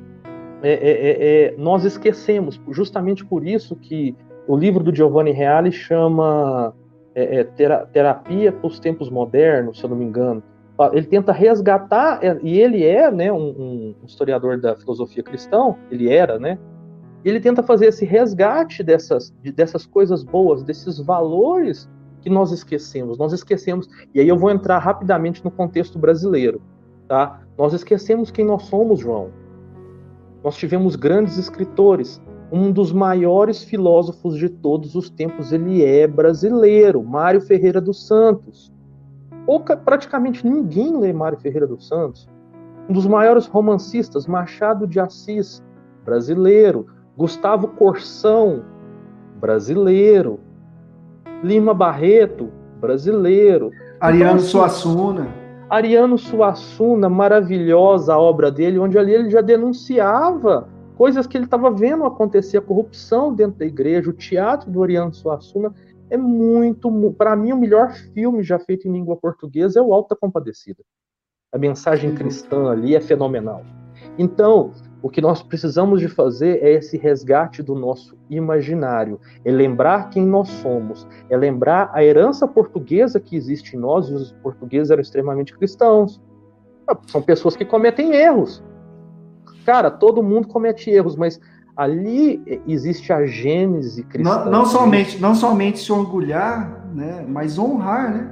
nós esquecemos, justamente por isso que o livro do Giovanni Reale chama Terapia para os Tempos Modernos, se eu não me engano. Ele tenta resgatar, e ele é, né, um historiador da filosofia cristã, ele era, né? Ele tenta fazer esse resgate dessas coisas boas, desses valores que nós esquecemos. E aí eu vou entrar rapidamente no contexto brasileiro, tá? Nós esquecemos quem nós somos, João. Nós tivemos grandes escritores. Um dos maiores filósofos de todos os tempos, ele é brasileiro, Mário Ferreira dos Santos. Praticamente ninguém lê Mário Ferreira dos Santos. Um dos maiores romancistas, Machado de Assis, brasileiro. Gustavo Corsão, brasileiro. Lima Barreto, brasileiro. Ariano Suassuna. Ariano Suassuna, maravilhosa a obra dele, onde ali ele já denunciava coisas que ele estava vendo acontecer, a corrupção dentro da igreja. O teatro do Ariano Suassuna é para mim, o melhor filme já feito em língua portuguesa é o Auto da Compadecida. A mensagem cristã ali é fenomenal. Então, o que nós precisamos de fazer é esse resgate do nosso imaginário, é lembrar quem nós somos, é lembrar a herança portuguesa que existe em nós, e os portugueses eram extremamente cristãos. São pessoas que cometem erros. Cara, todo mundo comete erros, mas ali existe a gênese cristã. Não somente se orgulhar, né, mas honrar, né?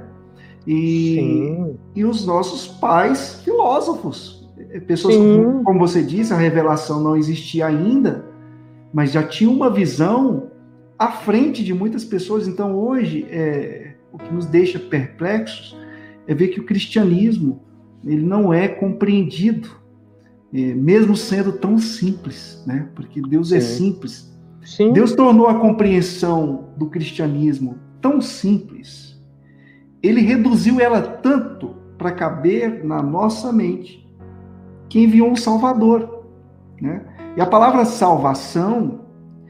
E os nossos pais filósofos. Pessoas, como você disse, a revelação não existia ainda, mas já tinha uma visão à frente de muitas pessoas. Então, hoje, o que nos deixa perplexos é ver que o cristianismo ele não é compreendido, mesmo sendo tão simples, né? Porque Deus é simples. Sim. Deus tornou a compreensão do cristianismo tão simples, ele reduziu ela tanto para caber na nossa mente, que enviou um Salvador, né? E a palavra salvação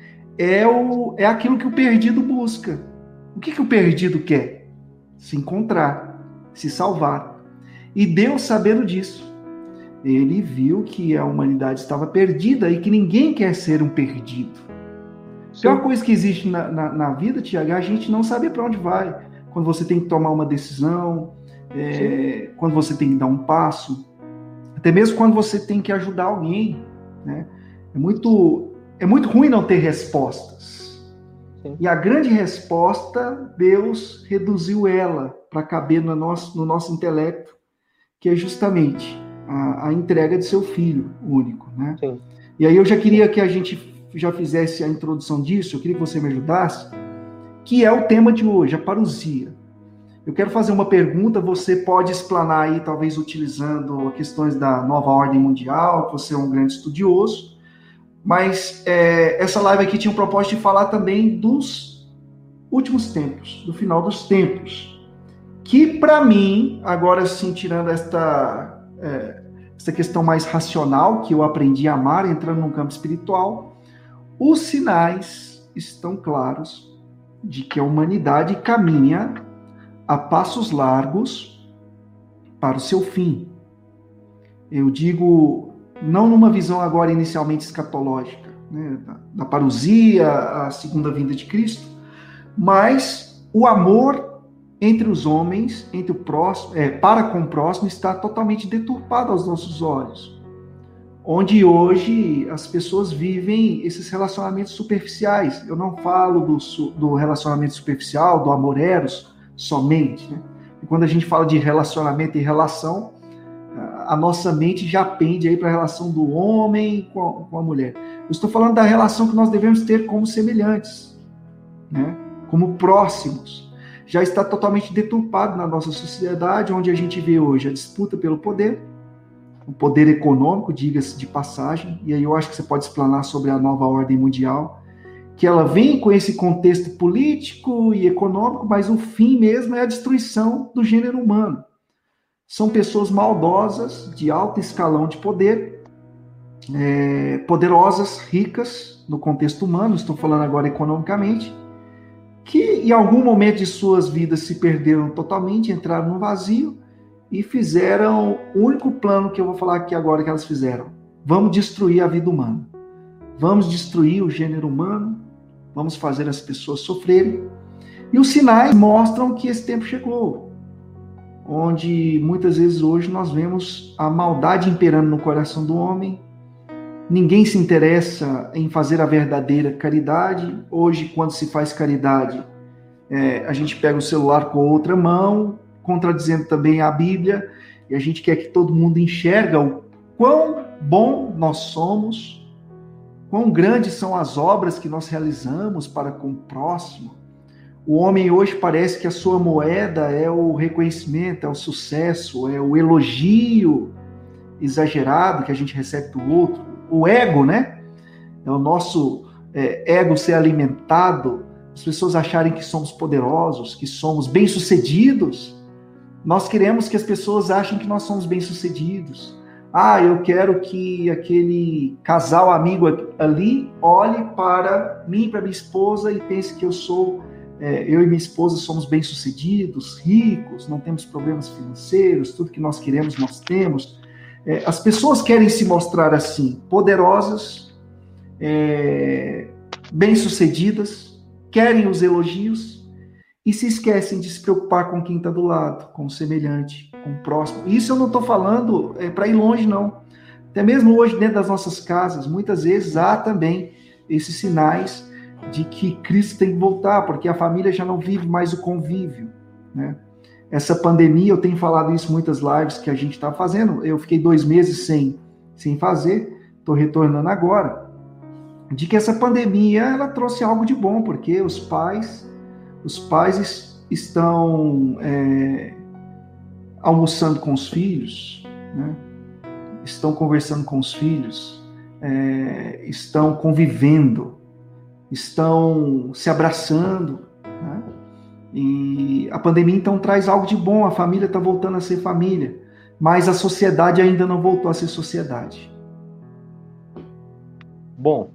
é aquilo que o perdido busca. O que o perdido quer? Se encontrar, se salvar. E Deus, sabendo disso, ele viu que a humanidade estava perdida e que ninguém quer ser um perdido. A pior coisa que existe na vida, Tiago, é a gente não saber para onde vai. Quando você tem que tomar uma decisão, quando você tem que dar um passo, até mesmo quando você tem que ajudar alguém, né? É muito ruim não ter respostas. Sim. E a grande resposta, Deus reduziu ela para caber no nosso intelecto, que é justamente a entrega de seu Filho único, né? Sim. E aí eu já queria que a gente já fizesse a introdução disso, eu queria que você me ajudasse, que é o tema de hoje, a parousia. Eu quero fazer uma pergunta, você pode explanar aí, talvez utilizando questões da nova ordem mundial, você é um grande estudioso, mas essa live aqui tinha o propósito de falar também dos últimos tempos, do final dos tempos, que para mim, agora sim, tirando essa questão mais racional, que eu aprendi a amar, entrando no campo espiritual, os sinais estão claros de que a humanidade caminha a passos largos para o seu fim. Eu digo, não numa visão agora inicialmente escatológica, né, da parousia, a segunda vinda de Cristo, mas o amor entre os homens, entre o próximo, para com o próximo, está totalmente deturpado aos nossos olhos. Onde hoje as pessoas vivem esses relacionamentos superficiais. Eu não falo do relacionamento superficial, do amor eros, somente, né? E quando a gente fala de relacionamento e relação, a nossa mente já pende aí para a relação do homem com a mulher. Eu estou falando da relação que nós devemos ter como semelhantes, né? Como próximos. Já está totalmente deturpado na nossa sociedade, onde a gente vê hoje a disputa pelo poder, o poder econômico, diga-se de passagem, e aí eu acho que você pode explanar sobre a nova ordem mundial, que ela vem com esse contexto político e econômico, mas o fim mesmo é a destruição do gênero humano. São pessoas maldosas, de alto escalão de poder, poderosas, ricas, no contexto humano, estou falando agora economicamente, que em algum momento de suas vidas se perderam totalmente, entraram no vazio e fizeram o único plano que eu vou falar aqui agora que elas fizeram. Vamos destruir a vida humana. Vamos destruir o gênero humano, vamos fazer as pessoas sofrerem. E os sinais mostram que esse tempo chegou, onde muitas vezes hoje nós vemos a maldade imperando no coração do homem, ninguém se interessa em fazer a verdadeira caridade. Hoje, quando se faz caridade, a gente pega o celular com a outra mão, contradizendo também a Bíblia, e a gente quer que todo mundo enxerga o quão bom nós somos, quão grandes são as obras que nós realizamos para com o próximo. O homem hoje parece que a sua moeda é o reconhecimento, é o sucesso, é o elogio exagerado que a gente recebe do outro. O ego, né? É o nosso ego ser alimentado, as pessoas acharem que somos poderosos, que somos bem-sucedidos. Nós queremos que as pessoas achem que nós somos bem-sucedidos. Eu quero que aquele casal amigo ali olhe para mim, para minha esposa e pense que eu e minha esposa somos bem-sucedidos, ricos, não temos problemas financeiros, tudo que nós queremos nós temos. As pessoas querem se mostrar assim, poderosas, bem-sucedidas, querem os elogios e se esquecem de se preocupar com quem está do lado, com o semelhante, com o próximo. Isso eu não estou falando para ir longe, não. Até mesmo hoje, dentro das nossas casas, muitas vezes há também esses sinais de que Cristo tem que voltar, porque a família já não vive mais o convívio, né? Essa pandemia, eu tenho falado isso em muitas lives que a gente está fazendo, eu fiquei 2 meses sem fazer, estou retornando agora, de que essa pandemia, ela trouxe algo de bom, porque os pais estão almoçando com os filhos, né? Estão conversando com os filhos, estão convivendo, estão se abraçando, né? E a pandemia então traz algo de bom, a família está voltando a ser família, mas a sociedade ainda não voltou a ser sociedade. Bom,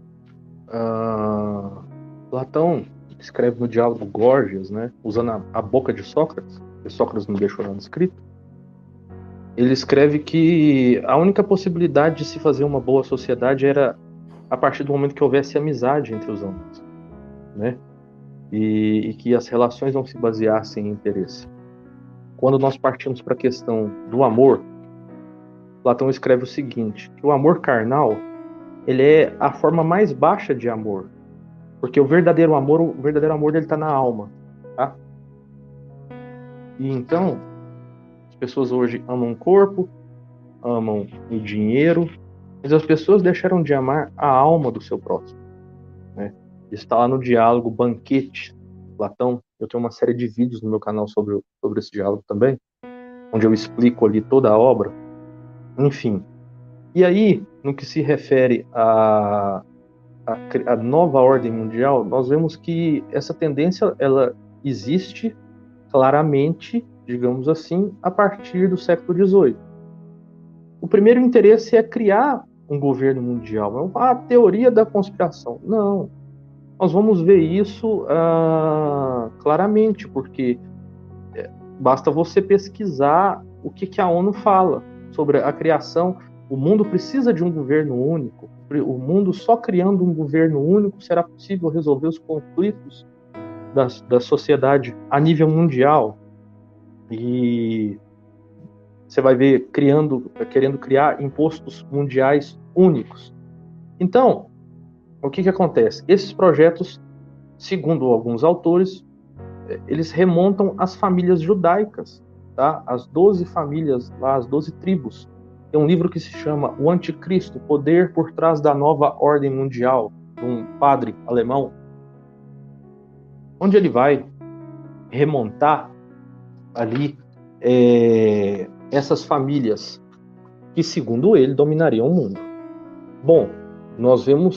Platão escreve no Diálogo Górgias, né, usando a boca de Sócrates, que Sócrates não deixou nada escrito. Ele escreve que a única possibilidade de se fazer uma boa sociedade era a partir do momento que houvesse amizade entre os homens, né? E que as relações não se baseassem em interesse. Quando nós partimos para a questão do amor, Platão escreve o seguinte, que o amor carnal, ele é a forma mais baixa de amor, porque o verdadeiro amor dele está na alma, tá? E então, as pessoas hoje amam o corpo, amam o dinheiro, mas as pessoas deixaram de amar a alma do seu próximo, né? Está lá no diálogo Banquete, Platão. Eu tenho uma série de vídeos no meu canal sobre esse diálogo também, onde eu explico ali toda a obra. Enfim. E aí, no que se refere à nova ordem mundial, nós vemos que essa tendência ela existe claramente, digamos assim, a partir do século XVIII. O primeiro interesse é criar um governo mundial. Não é a teoria da conspiração. Não. Nós vamos ver isso claramente, porque basta você pesquisar o que a ONU fala sobre a criação. O mundo precisa de um governo único. O mundo, só criando um governo único, será possível resolver os conflitos da sociedade a nível mundial. E você vai ver querendo criar impostos mundiais únicos. Então, o que acontece? Esses projetos, segundo alguns autores, eles remontam às famílias judaicas, tá? As 12 famílias, lá, as 12 tribos. Tem um livro que se chama O Anticristo, Poder por Trás da Nova Ordem Mundial, de um padre alemão, onde ele vai remontar ali essas famílias que, segundo ele, dominariam o mundo. Bom, nós vemos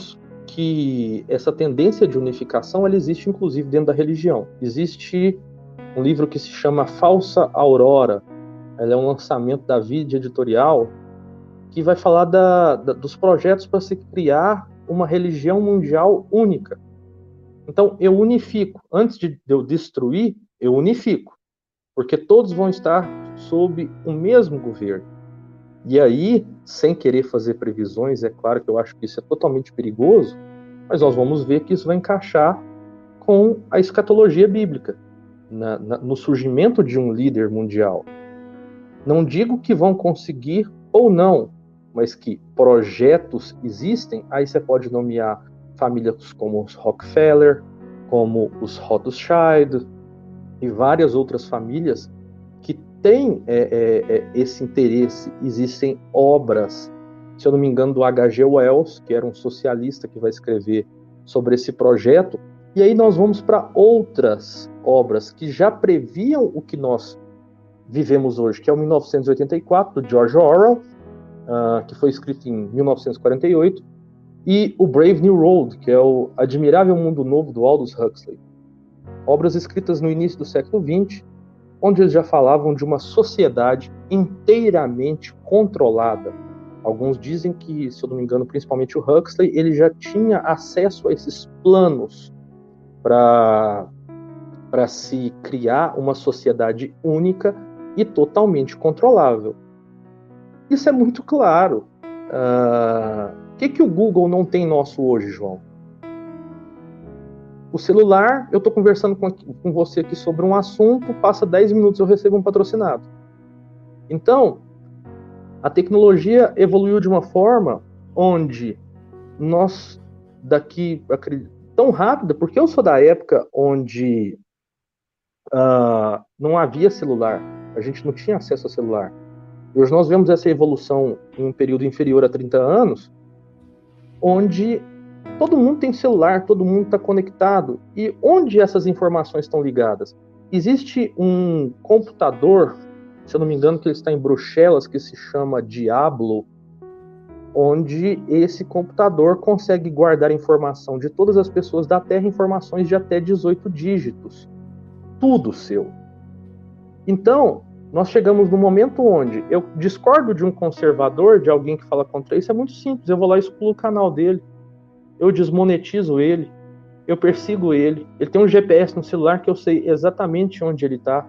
que essa tendência de unificação, ela existe inclusive dentro da religião. Existe um livro que se chama Falsa Aurora. Ela é um lançamento da Vide Editorial, que vai falar dos projetos para se criar uma religião mundial única. Então, eu unifico. Antes de eu destruir, eu unifico. Porque todos vão estar sob o mesmo governo. E aí, sem querer fazer previsões, é claro que eu acho que isso é totalmente perigoso, mas nós vamos ver que isso vai encaixar com a escatologia bíblica, no surgimento de um líder mundial. Não digo que vão conseguir ou não, mas que projetos existem. Aí você pode nomear famílias como os Rockefeller, como os Rothschild e várias outras famílias que têm esse interesse. Existem obras, se eu não me engano, do H.G. Wells, que era um socialista que vai escrever sobre esse projeto. E aí nós vamos para outras obras que já previam o que nós vivemos hoje, que é o 1984, do George Orwell, que foi escrito em 1948, e o Brave New World, que é o Admirável Mundo Novo, do Aldous Huxley. Obras escritas no início do século XX, onde eles já falavam de uma sociedade inteiramente controlada. Alguns dizem que, se eu não me engano, principalmente o Huxley, ele já tinha acesso a esses planos para se criar uma sociedade única e totalmente controlável. Isso é muito claro. O que o Google não tem nosso hoje, João? O celular, eu estou conversando com você aqui sobre um assunto, passa 10 minutos eu recebo um patrocinado. Então, a tecnologia evoluiu de uma forma onde nós, tão rápida, porque eu sou da época onde não havia celular, a gente não tinha acesso a celular. E hoje nós vemos essa evolução em um período inferior a 30 anos, onde todo mundo tem celular, todo mundo está conectado. E onde essas informações estão ligadas? Existe um computador, se eu não me engano, que ele está em Bruxelas, que se chama Diablo, onde esse computador consegue guardar informação de todas as pessoas da Terra, informações de até 18 dígitos. Tudo seu. Então, nós chegamos no momento onde eu discordo de um conservador, de alguém que fala contra isso, é muito simples, eu vou lá e excluo o canal dele, eu desmonetizo ele, eu persigo ele, ele tem um GPS no celular que eu sei exatamente onde ele está.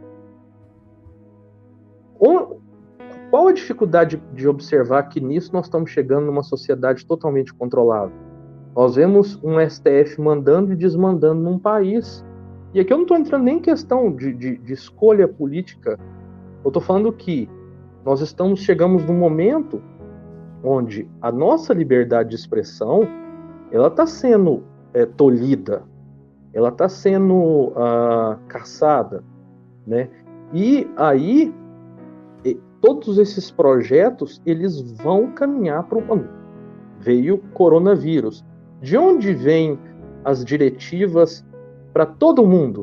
Qual a dificuldade de observar que nisso nós estamos chegando numa sociedade totalmente controlada? Nós vemos um STF mandando e desmandando num país, e aqui eu não estou entrando nem em questão de escolha política, eu estou falando que nós chegamos num momento onde a nossa liberdade de expressão ela está sendo tolhida, ela está sendo caçada, né? E aí todos esses projetos eles vão caminhar para veio coronavírus. De onde vêm as diretivas para todo mundo?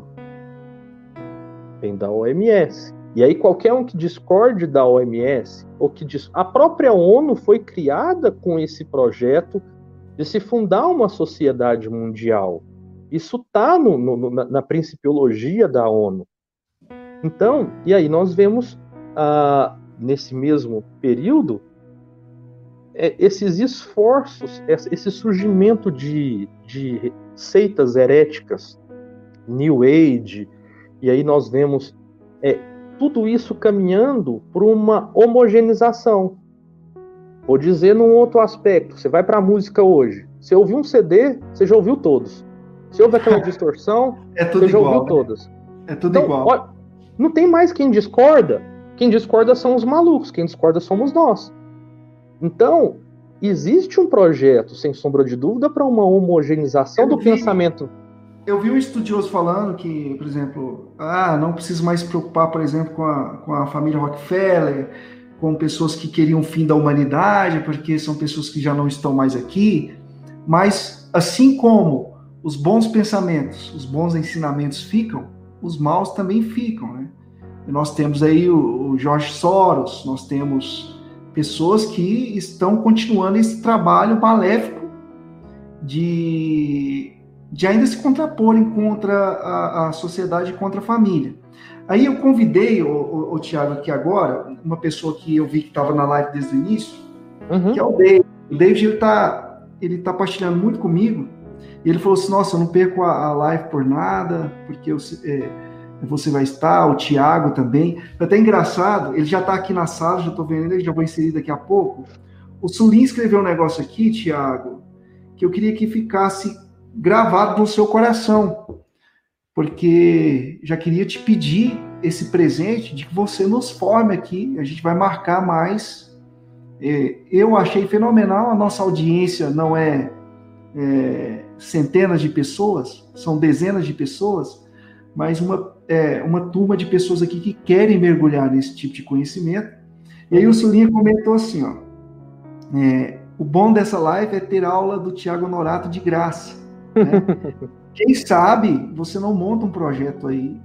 Vem da OMS. E aí qualquer um que discorde da OMS, ou a própria ONU foi criada com esse projeto de se fundar uma sociedade mundial. Isso está na principiologia da ONU. Então, e aí nós vemos, nesse mesmo período, esses esforços, esse surgimento de seitas heréticas, New Age, e aí nós vemos tudo isso caminhando por uma homogeneização. Vou dizer num outro aspecto, você vai para a música hoje, você ouviu um CD, você já ouviu todos. Você ouve aquela distorção, você já ouviu todas. É tudo igual. Ó, não tem mais quem discorda são os malucos, quem discorda somos nós. Então, existe um projeto, sem sombra de dúvida, para uma homogeneização do pensamento. Eu vi um estudioso falando que, por exemplo, não preciso mais se preocupar, por exemplo, com a família Rockefeller, com pessoas que queriam o fim da humanidade, porque são pessoas que já não estão mais aqui. Mas, assim como os bons pensamentos, os bons ensinamentos ficam, os maus também ficam, né? E nós temos aí o George Soros, nós temos pessoas que estão continuando esse trabalho maléfico de ainda se contraporem contra a sociedade, contra a família. Aí eu convidei, o Tiago, aqui agora, uma pessoa que eu vi que estava na live desde o início, que é o David. O David, ele tá partilhando muito comigo, e ele falou assim, nossa, eu não perco a live por nada, porque você vai estar, o Tiago também. É até engraçado, ele já está aqui na sala, já estou vendo ele, já vou inserir daqui a pouco. O Sulim escreveu um negócio aqui, Tiago, que eu queria que ficasse gravado no seu coração, porque já queria te pedir esse presente de que você nos forme aqui, a gente vai marcar mais. Eu achei fenomenal, a nossa audiência não é centenas de pessoas, são dezenas de pessoas, mas uma turma de pessoas aqui que querem mergulhar nesse tipo de conhecimento. E aí o Sulinha comentou assim, ó, o bom dessa live é ter aula do Tiago Norato de graça, né? Quem sabe você não monta um projeto aí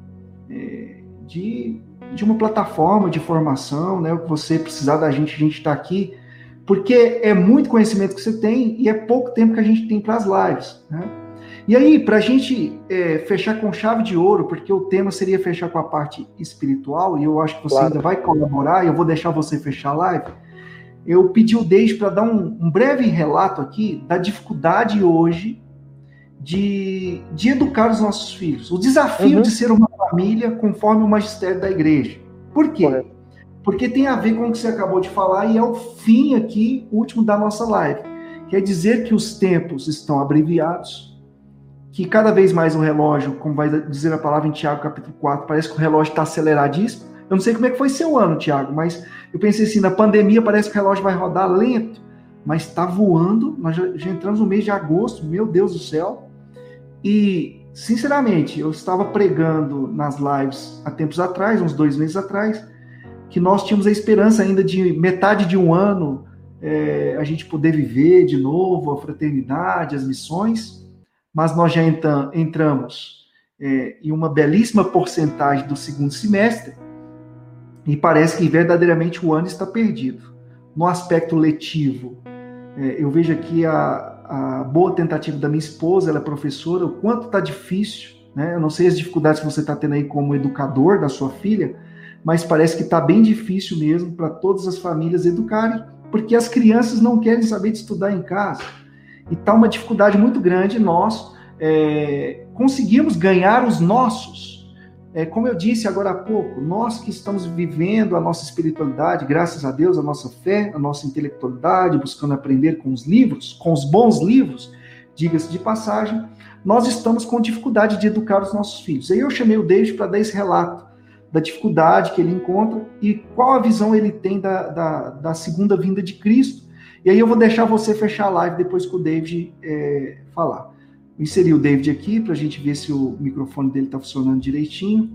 de uma plataforma de formação, né? O que você precisar da gente, a gente está aqui, porque é muito conhecimento que você tem e é pouco tempo que a gente tem para as lives, né? E aí, para a gente fechar com chave de ouro, porque o tema seria fechar com a parte espiritual, e eu acho que você ainda vai colaborar, e eu vou deixar você fechar a live, eu pedi o Deide para dar um breve relato aqui da dificuldade hoje de educar os nossos filhos. O desafio de ser uma família conforme o magistério da igreja. Por quê? Correto. Porque tem a ver com o que você acabou de falar e é o fim aqui, último da nossa live. Quer dizer que os tempos estão abreviados, que cada vez mais o relógio, como vai dizer a palavra em Tiago capítulo 4, parece que o relógio está aceleradíssimo. Eu não sei como é que foi seu ano, Tiago, mas eu pensei assim, na pandemia parece que o relógio vai rodar lento, mas está voando, nós já entramos no mês de agosto, meu Deus do céu. E, sinceramente, eu estava pregando nas lives há tempos atrás, uns 2 meses atrás, que nós tínhamos a esperança ainda de metade de um ano a gente poder viver de novo a fraternidade, as missões, mas nós já entramos em uma belíssima porcentagem do segundo semestre e parece que verdadeiramente o ano está perdido. No aspecto letivo, eu vejo aqui a boa tentativa da minha esposa, ela é professora, o quanto está difícil, né? Eu não sei as dificuldades que você está tendo aí como educador da sua filha, mas parece que está bem difícil mesmo para todas as famílias educarem, porque as crianças não querem saber de estudar em casa. E está uma dificuldade muito grande nós conseguimos ganhar os nossos. Como eu disse agora há pouco, nós que estamos vivendo a nossa espiritualidade, graças a Deus, a nossa fé, a nossa intelectualidade, buscando aprender com os livros, com os bons livros, diga-se de passagem, nós estamos com dificuldade de educar os nossos filhos. Aí eu chamei o David para dar esse relato da dificuldade que ele encontra e qual a visão ele tem da segunda vinda de Cristo. E aí eu vou deixar você fechar a live depois que o David falar. Vou inserir o David aqui para a gente ver se o microfone dele está funcionando direitinho.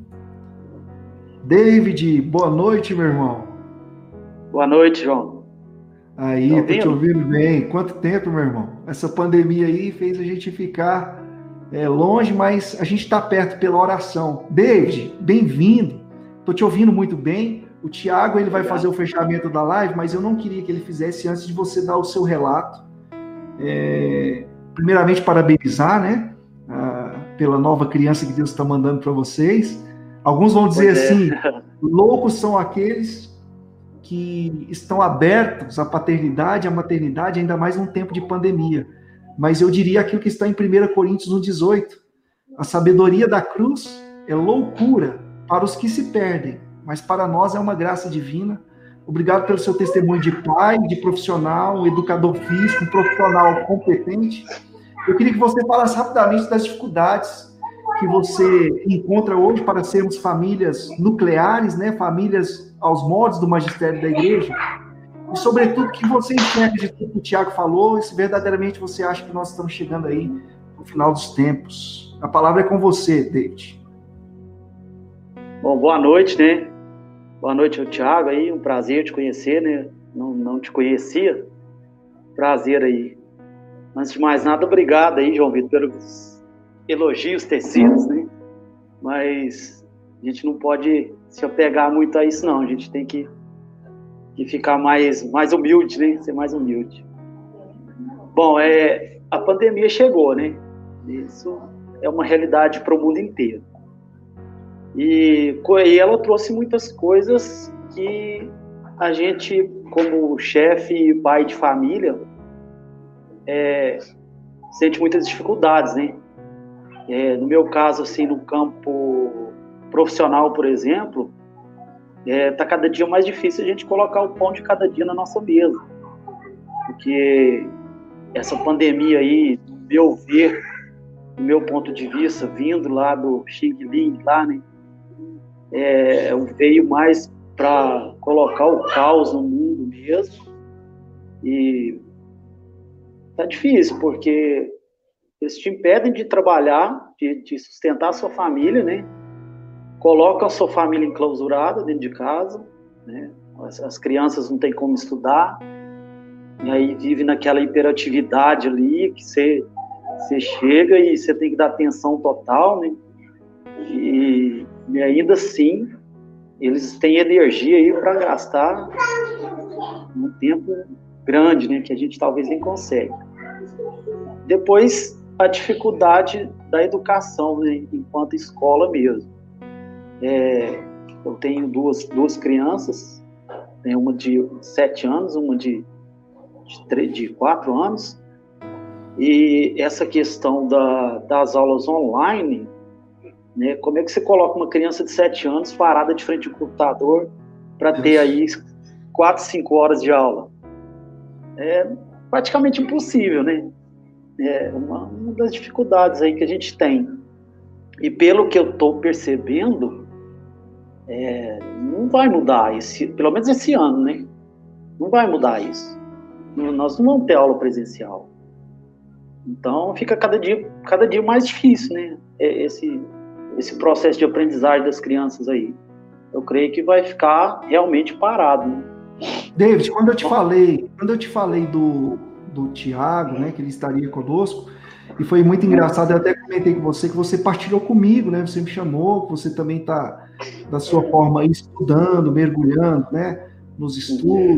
David, boa noite, meu irmão. Boa noite, João. Aí, tô te ouvindo bem. Quanto tempo, meu irmão? Essa pandemia aí fez a gente ficar longe, mas a gente está perto pela oração. David, bem-vindo. Tô te ouvindo muito bem. O Tiago, ele vai fazer o fechamento da live, mas eu não queria que ele fizesse antes de você dar o seu relato. Primeiramente, parabenizar, né? Pela nova criança que Deus está mandando para vocês. Alguns vão dizer assim, loucos são aqueles que estão abertos à paternidade, à maternidade, ainda mais num tempo de pandemia. Mas eu diria aquilo que está em 1 Coríntios 1,18. A sabedoria da cruz é loucura para os que se perdem, mas para nós é uma graça divina. Obrigado pelo seu testemunho de pai, de profissional, educador físico, um profissional competente. Eu queria que você falasse rapidamente das dificuldades que você encontra hoje para sermos famílias nucleares, né? Famílias aos moldes do magistério da igreja. E, sobretudo, que você enxerga de tudo que o Tiago falou, e se verdadeiramente você acha que nós estamos chegando aí no final dos tempos. A palavra é com você, David. Bom, boa noite, né? Boa noite, Tiago, aí, um prazer te conhecer, né? Não te conhecia. Prazer aí. Antes de mais nada, obrigado aí, João Vitor, pelos elogios tecidos, né? Mas a gente não pode se apegar muito a isso, não. A gente tem que ficar mais humilde, né? Ser mais humilde. Bom, a pandemia chegou, né? Isso é uma realidade para o mundo inteiro. E ela trouxe muitas coisas que a gente, como chefe e pai de família, sente muitas dificuldades, né? No meu caso, assim, no campo profissional, por exemplo, tá cada dia mais difícil a gente colocar o pão de cada dia na nossa mesa. Porque essa pandemia aí, no meu ver, do meu ponto de vista, vindo lá do Xing Ling, lá, né? Veio mais para colocar o caos no mundo mesmo. E tá difícil, porque eles te impedem de trabalhar, de sustentar a sua família, né? Colocam a sua família enclausurada dentro de casa, né? As crianças não têm como estudar, e aí vive naquela hiperatividade ali, que você chega e você tem que dar atenção total, né? E ainda assim, eles têm energia aí para gastar um tempo grande, né? Que a gente talvez nem consegue. Depois, a dificuldade da educação, né, enquanto escola mesmo. Eu tenho duas crianças, tenho uma de 7 anos, uma de 4 anos, e essa questão das aulas online, né, como é que você coloca uma criança de 7 anos parada de frente ao computador para ter aí 4, 5 horas de aula? É praticamente impossível, né? É uma das dificuldades aí que a gente tem. E pelo que eu estou percebendo, não vai mudar, pelo menos esse ano, né? Não vai mudar isso. Nós não vamos ter aula presencial. Então fica cada dia mais difícil, né? Esse processo de aprendizagem das crianças aí. Eu creio que vai ficar realmente parado, né? David, quando eu te falei do Tiago, né, que ele estaria conosco, e foi muito engraçado, eu até comentei com você que você partilhou comigo, né, você me chamou, que você também está, da sua forma, aí, estudando, mergulhando, né, nos estudos,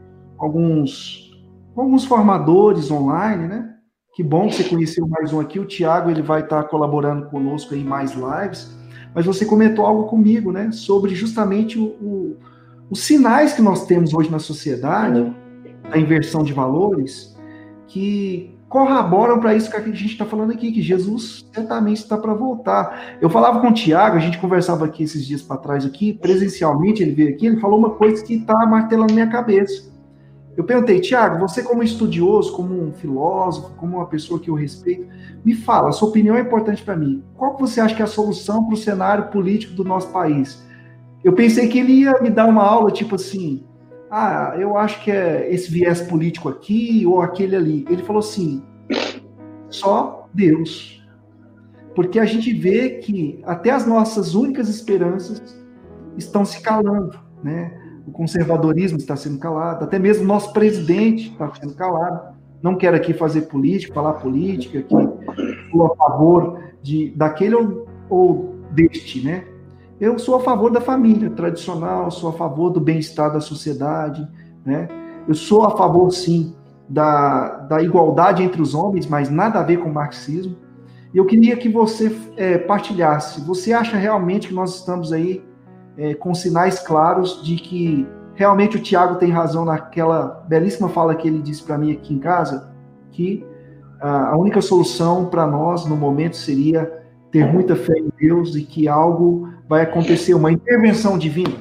alguns formadores online, né, que bom que você conheceu mais um aqui, o Tiago, ele vai estar colaborando conosco aí em mais lives, mas você comentou algo comigo, né, sobre justamente os sinais que nós temos hoje na sociedade, da inversão de valores, que corroboram para isso que a gente está falando aqui, que Jesus certamente está para voltar. Eu falava com o Tiago, a gente conversava aqui esses dias para trás, aqui, presencialmente, ele veio aqui, ele falou uma coisa que está martelando na minha cabeça. Eu perguntei, Tiago, você como estudioso, como um filósofo, como uma pessoa que eu respeito, me fala, a sua opinião é importante para mim. Qual que você acha que é a solução para o cenário político do nosso país? Eu pensei que ele ia me dar uma aula, tipo assim, eu acho que é esse viés político aqui ou aquele ali. Ele falou assim, só Deus. Porque a gente vê que até as nossas únicas esperanças estão se calando, né? O conservadorismo está sendo calado, até mesmo o nosso presidente está sendo calado. Não quero aqui fazer política, falar política, que sou a favor daquele ou deste, né? Eu sou a favor da família tradicional, sou a favor do bem-estar da sociedade, né? Eu sou a favor, sim, da igualdade entre os homens, mas nada a ver com o marxismo. E eu queria que você partilhasse. Você acha realmente que nós estamos aí com sinais claros de que realmente o Tiago tem razão naquela belíssima fala que ele disse para mim aqui em casa, que a única solução para nós no momento seria ter muita fé em Deus e que algo vai acontecer, uma intervenção divina?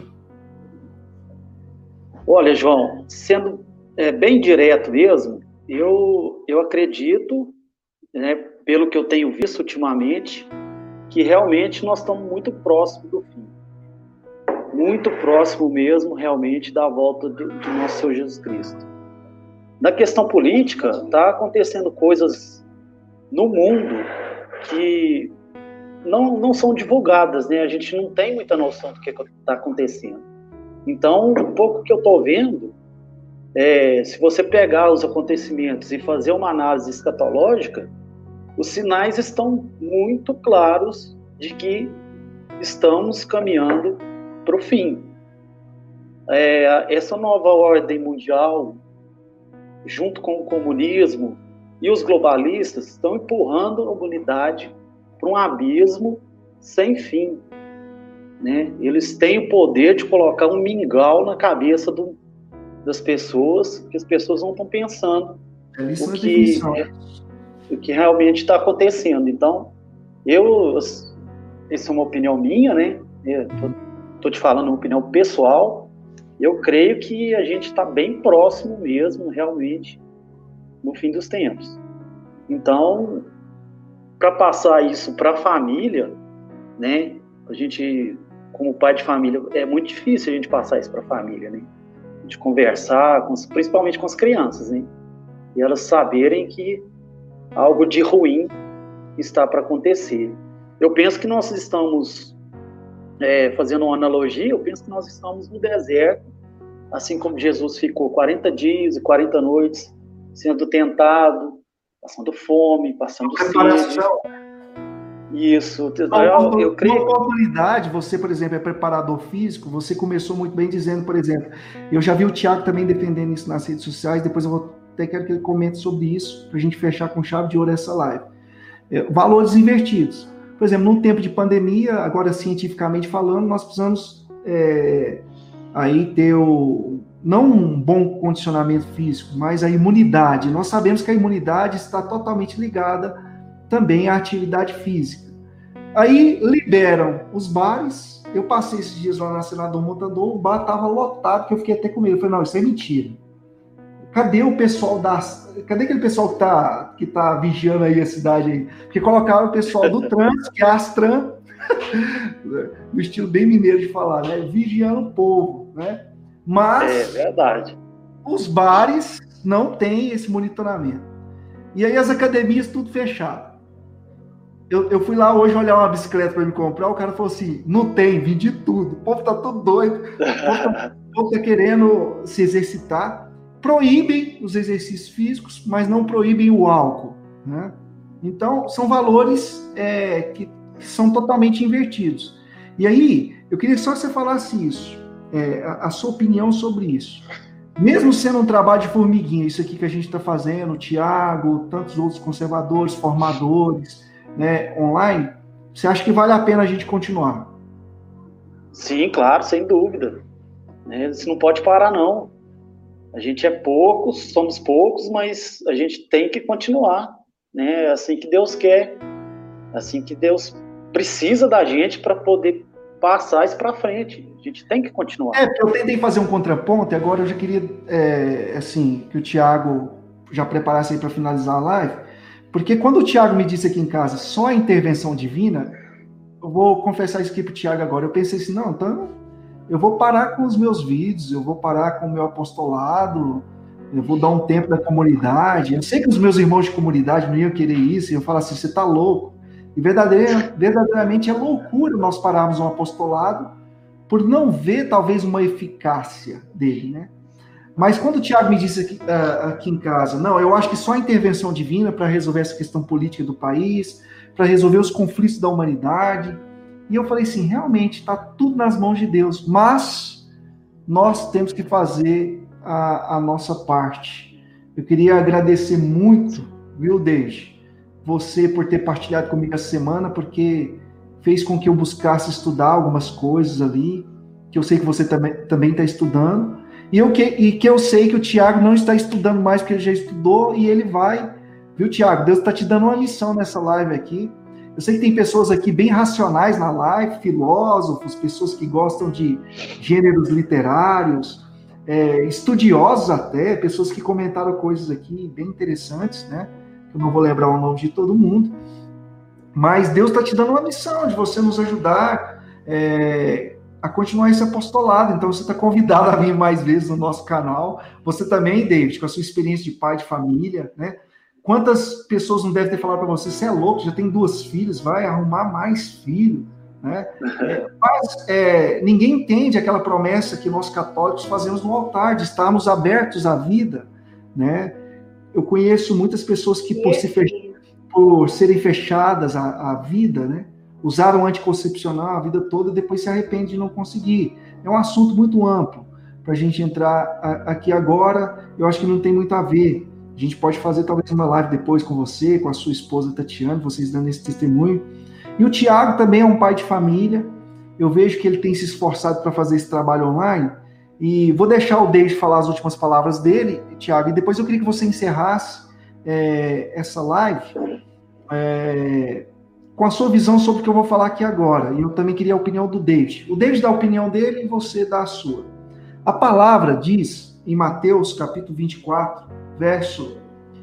Olha, João, sendo bem direto mesmo, eu acredito, né, pelo que eu tenho visto ultimamente, que realmente nós estamos muito próximos do fim. Muito próximo mesmo, realmente, da volta de nosso Senhor Jesus Cristo. Na questão política, está acontecendo coisas no mundo que não são divulgadas, né? A gente não tem muita noção do que está acontecendo. Então, um pouco que eu estou vendo, se você pegar os acontecimentos e fazer uma análise escatológica, os sinais estão muito claros de que estamos caminhando para o fim. Essa nova ordem mundial, junto com o comunismo, E os globalistas estão empurrando a humanidade para um abismo sem fim, né? Eles têm o poder de colocar um mingau na cabeça das pessoas, que as pessoas não estão pensando o que realmente está acontecendo. Então, essa é uma opinião minha, né? Estou te falando uma opinião pessoal. Eu creio que a gente está bem próximo mesmo, realmente, no fim dos tempos. Então, para passar isso para a família, né? A gente, como pai de família, é muito difícil a gente passar isso para a família, né? De conversar, principalmente com as crianças, né? E elas saberem que algo de ruim está para acontecer. Eu penso que nós estamos, fazendo uma analogia, eu penso que nós estamos no deserto, assim como Jesus ficou 40 dias e 40 noites sendo tentado, passando fome, passando sede. Isso. Eu creio. Na oportunidade, você, por exemplo, é preparador físico, você começou muito bem dizendo, por exemplo, eu já vi o Thiago também defendendo isso nas redes sociais, depois eu até quero que ele comente sobre isso, para a gente fechar com chave de ouro essa live. Valores invertidos. Por exemplo, num tempo de pandemia, agora cientificamente falando, nós precisamos aí ter não um bom condicionamento físico, mas a imunidade. Nós sabemos que a imunidade está totalmente ligada também à atividade física. Aí liberam os bares. Eu passei esses dias lá na Senador Montandor, o bar estava lotado, que eu fiquei até com medo. Eu falei, não, isso é mentira. Cadê o pessoal Cadê aquele pessoal que tá vigiando aí a cidade aí? Porque colocaram o pessoal do trânsito, que é Astran, no estilo bem mineiro de falar, né? Vigiando o povo, né? Mas é verdade. Os bares não têm esse monitoramento. E aí as academias tudo fechado. Eu fui lá hoje olhar uma bicicleta para me comprar, o cara falou assim, não tem, vendi tudo. O povo tá todo doido. O povo tá querendo se exercitar. Proíbem os exercícios físicos, mas não proíbem o álcool, né? Então, são valores que são totalmente invertidos. E aí, eu queria só que você falasse isso, a sua opinião sobre isso. Mesmo sendo um trabalho de formiguinha, isso aqui que a gente está fazendo, o Thiago, tantos outros conservadores, formadores, né, online, você acha que vale a pena a gente continuar? Sim, claro, sem dúvida. Você não pode parar, não. A gente é poucos, somos poucos, mas a gente tem que continuar, né? Assim que Deus quer, assim que Deus precisa da gente para poder passar isso para frente. A gente tem que continuar. Eu tentei fazer um contraponto e agora eu já queria, assim, que o Thiago já preparasse aí para finalizar a live, porque quando o Thiago me disse aqui em casa só a intervenção divina, eu vou confessar isso aqui para o Thiago agora, eu pensei assim, não, então eu vou parar com os meus vídeos, eu vou parar com o meu apostolado, eu vou dar um tempo da comunidade. Eu sei que os meus irmãos de comunidade não iam querer isso, e eu falo assim, você tá louco. E verdadeiramente é loucura nós pararmos um apostolado por não ver, talvez, uma eficácia dele, né? Mas quando o Thiago me disse aqui em casa, não, eu acho que só a intervenção divina para resolver essa questão política do país, para resolver os conflitos da humanidade. E eu falei assim, realmente, está tudo nas mãos de Deus, mas nós temos que fazer a nossa parte. Eu queria agradecer muito, viu, Deide, você por ter partilhado comigo essa semana, porque fez com que eu buscasse estudar algumas coisas ali, que eu sei que você também está estudando, e que eu sei que o Thiago não está estudando mais, porque ele já estudou, e ele vai, viu, Thiago? Deus está te dando uma lição nessa live aqui. Eu sei que tem pessoas aqui bem racionais na live, filósofos, pessoas que gostam de gêneros literários, estudiosos até, pessoas que comentaram coisas aqui bem interessantes, né? Eu não vou lembrar o nome de todo mundo, mas Deus está te dando uma missão de você nos ajudar a continuar esse apostolado. Então você está convidado a vir mais vezes no nosso canal. Você também, David, com a sua experiência de pai de família, né? Quantas pessoas não devem ter falado para você é louco, já tem 2 filhos, vai arrumar mais filho, né? Mas ninguém entende aquela promessa que nós católicos fazemos no altar, de estarmos abertos à vida, né? Eu conheço muitas pessoas que, por serem fechadas à vida, né? Usaram anticoncepcional a vida toda e depois se arrependem de não conseguir. É um assunto muito amplo para a gente entrar aqui agora, eu acho que não tem muito a ver. A gente pode fazer talvez uma live depois com você, com a sua esposa Tatiana, vocês dando esse testemunho. E o Tiago também é um pai de família. Eu vejo que ele tem se esforçado para fazer esse trabalho online. E vou deixar o David falar as últimas palavras dele, Tiago, e depois eu queria que você encerrasse essa live com a sua visão sobre o que eu vou falar aqui agora. E eu também queria a opinião do David. O David dá a opinião dele e você dá a sua. A palavra diz, em Mateus, capítulo 24, verso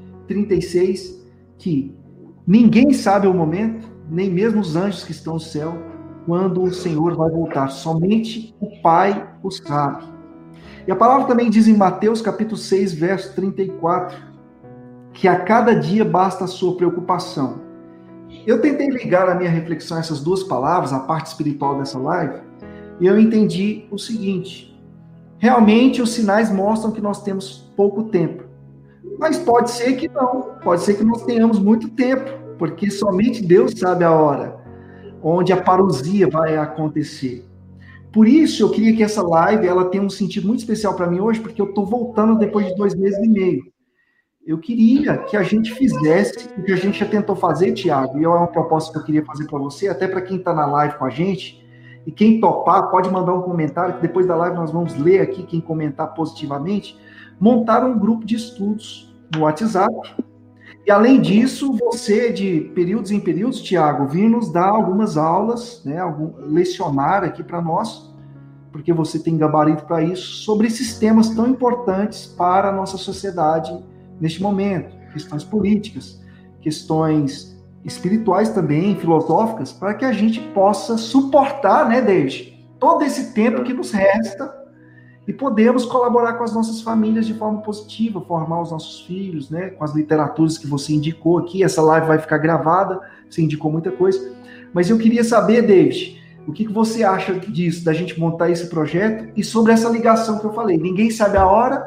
36, que ninguém sabe o momento, nem mesmo os anjos que estão no céu, quando o Senhor vai voltar. Somente o Pai o sabe. E a palavra também diz em Mateus, capítulo 6, verso 34, que a cada dia basta a sua preocupação. Eu tentei ligar a minha reflexão a essas duas palavras, a parte espiritual dessa live, e eu entendi o seguinte: realmente os sinais mostram que nós temos pouco tempo. Mas pode ser que não, pode ser que nós tenhamos muito tempo, porque somente Deus sabe a hora onde a parousia vai acontecer. Por isso, eu queria que essa live ela tenha um sentido muito especial para mim hoje, porque eu estou voltando depois de 2 meses e meio. Eu queria que a gente fizesse o que a gente já tentou fazer, Tiago, e é uma proposta que eu queria fazer para você, até para quem está na live com a gente, e quem topar pode mandar um comentário, que depois da live nós vamos ler aqui, quem comentar positivamente, montar um grupo de estudos no WhatsApp. E além disso, você, de períodos em períodos, Tiago, vir nos dar algumas aulas, né, lecionar aqui para nós, porque você tem gabarito para isso, sobre esses temas tão importantes para a nossa sociedade neste momento, questões políticas, questões espirituais também, filosóficas, para que a gente possa suportar, né, David, todo esse tempo que nos resta e podemos colaborar com as nossas famílias de forma positiva, formar os nossos filhos, né, com as literaturas que você indicou aqui. Essa live vai ficar gravada, você indicou muita coisa, mas eu queria saber, David, o que você acha disso, da gente montar esse projeto e sobre essa ligação que eu falei. Ninguém sabe a hora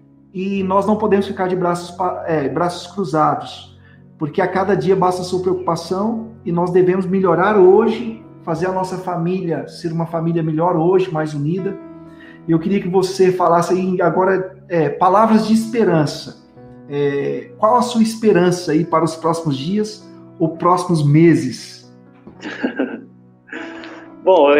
e nós não podemos ficar de braços cruzados, porque a cada dia basta a sua preocupação e nós devemos melhorar hoje, fazer a nossa família ser uma família melhor hoje, mais unida. Eu queria que você falasse aí agora palavras de esperança. Qual a sua esperança aí para os próximos dias ou próximos meses? Bom,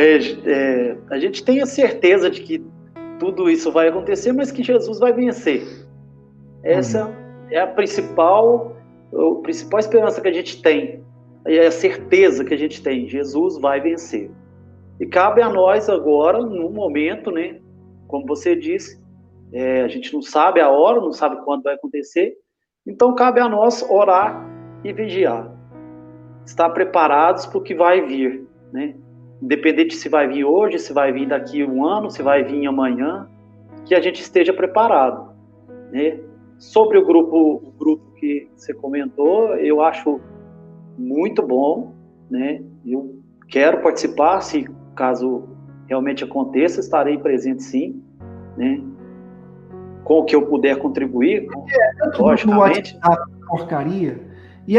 a gente tem a certeza de que tudo isso vai acontecer, mas que Jesus vai vencer. Essa é a principal esperança que a gente tem, é a certeza que a gente tem: Jesus vai vencer. E cabe a nós agora, no momento, né, como você disse, a gente não sabe a hora, não sabe quando vai acontecer, então cabe a nós orar e vigiar, estar preparados para o que vai vir, né? Independente se vai vir hoje, se vai vir daqui um ano, se vai vir amanhã, que a gente esteja preparado, né? Sobre o grupo que você comentou, eu acho muito bom, né? Eu quero participar, se caso realmente aconteça, estarei presente sim, né? Com o que eu puder contribuir, logicamente. Porcaria. E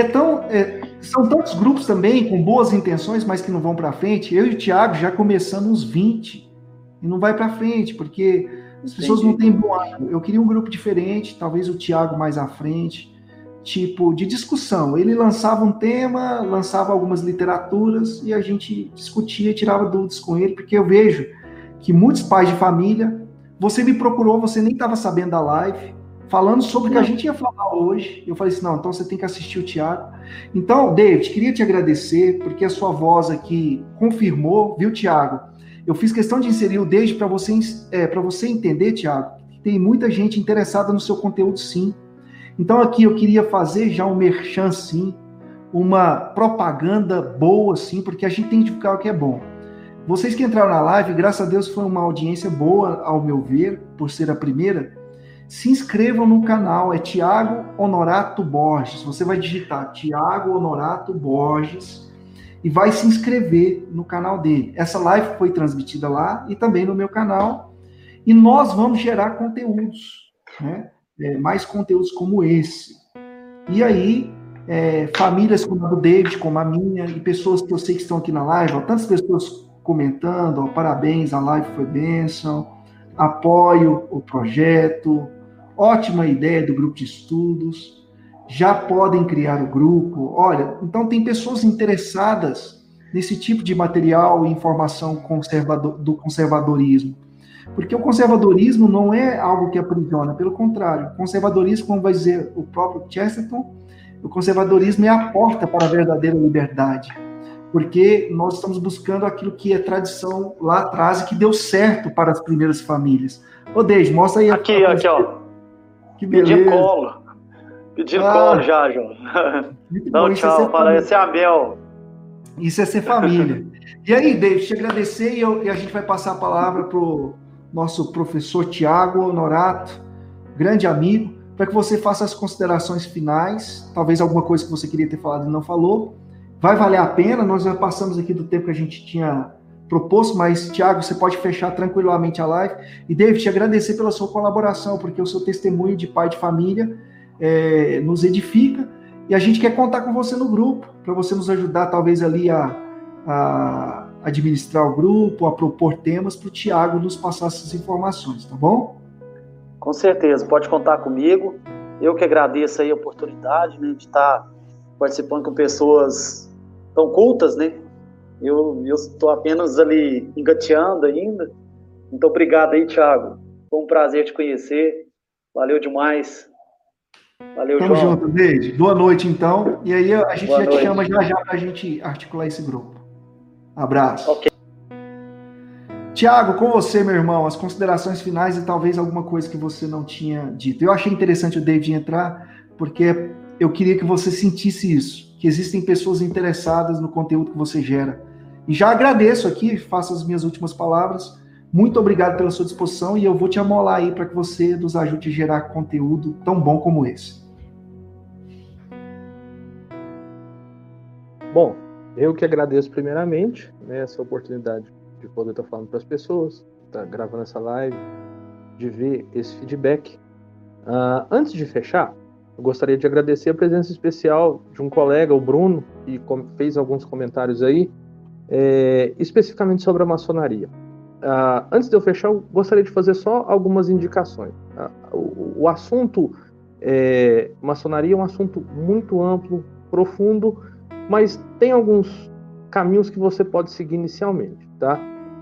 são tantos grupos também com boas intenções, mas que não vão para frente. Eu e o Tiago já começamos uns 20 e não vai para frente, porque as pessoas não têm bom ânimo. Eu queria um grupo diferente, talvez o Tiago mais à frente, tipo de discussão. Ele lançava um tema, lançava algumas literaturas e a gente discutia, tirava dúvidas com ele, porque eu vejo que muitos pais de família, você me procurou, você nem estava sabendo da live, falando sobre o que a gente ia falar hoje. Eu falei assim, não, então você tem que assistir o Tiago. Então, David, queria te agradecer, porque a sua voz aqui confirmou, viu, Tiago? Eu fiz questão de inserir o David para você entender, Tiago, que tem muita gente interessada no seu conteúdo, sim. Então, aqui eu queria fazer já um merchan, sim, uma propaganda boa, sim, porque a gente tem que divulgar o que é bom. Vocês que entraram na live, graças a Deus foi uma audiência boa, ao meu ver, por ser a primeira. Se inscrevam no canal, é Tiago Honorato Borges. Você vai digitar Tiago Honorato Borges e vai se inscrever no canal dele. Essa live foi transmitida lá e também no meu canal. E nós vamos gerar conteúdos, né? Mais conteúdos como esse. E aí, famílias como a do David, como a minha, e pessoas que eu sei que estão aqui na live, ó, tantas pessoas comentando, ó, parabéns, a live foi bênção, apoio o projeto. ótima ideia do grupo de estudos, já podem criar o grupo. Olha, então tem pessoas interessadas nesse tipo de material e informação do conservadorismo. Porque o conservadorismo não é algo que aprisiona, pelo contrário. O conservadorismo, como vai dizer o próprio Chesterton, o conservadorismo é a porta para a verdadeira liberdade. Porque nós estamos buscando aquilo que é tradição lá atrás e que deu certo para as primeiras famílias. Ô, Deide, mostra aí. Aqui, ó. Que beleza. Pedindo colo. Pedindo colo já, João. Não, tchau. Fala, esse é a Bel. Isso é ser família. E aí, Deide, te agradecer e a gente vai passar a palavra para o nosso professor Tiago Honorato, grande amigo, para que você faça as considerações finais, talvez alguma coisa que você queria ter falado e não falou. Vai valer a pena, nós já passamos aqui do tempo que a gente tinha proposto, mas, Tiago, você pode fechar tranquilamente a live. E, David, te agradecer pela sua colaboração, porque o seu testemunho de pai de família nos edifica, e a gente quer contar com você no grupo, para você nos ajudar, talvez, ali a administrar o grupo, a propor temas para o Tiago nos passar essas informações, tá bom? Com certeza, pode contar comigo. Eu que agradeço aí a oportunidade, né, de estar participando com pessoas tão cultas, né? Eu estou apenas ali engateando ainda. Muito obrigado aí, Tiago. Foi um prazer te conhecer. Valeu demais. Valeu, Tamo João. junto, Deide. Boa noite, então. E aí a gente te chama já para a gente articular esse grupo. Abraço. Ok. Tiago, com você, meu irmão, as considerações finais e talvez alguma coisa que você não tinha dito. Eu achei interessante o David entrar, porque eu queria que você sentisse isso, que existem pessoas interessadas no conteúdo que você gera. E já agradeço aqui, faço as minhas últimas palavras. Muito obrigado pela sua disposição e eu vou te amolar aí para que você nos ajude a gerar conteúdo tão bom como esse. Bom, eu que agradeço primeiramente, né, essa oportunidade de poder estar falando para as pessoas, estar gravando essa live, de ver esse feedback. Antes de fechar, eu gostaria de agradecer a presença especial de um colega, o Bruno, que fez alguns comentários aí, especificamente sobre a maçonaria. Antes de eu fechar, eu gostaria de fazer só algumas indicações. O assunto maçonaria é um assunto muito amplo, profundo, mas tem alguns caminhos que você pode seguir inicialmente, tá?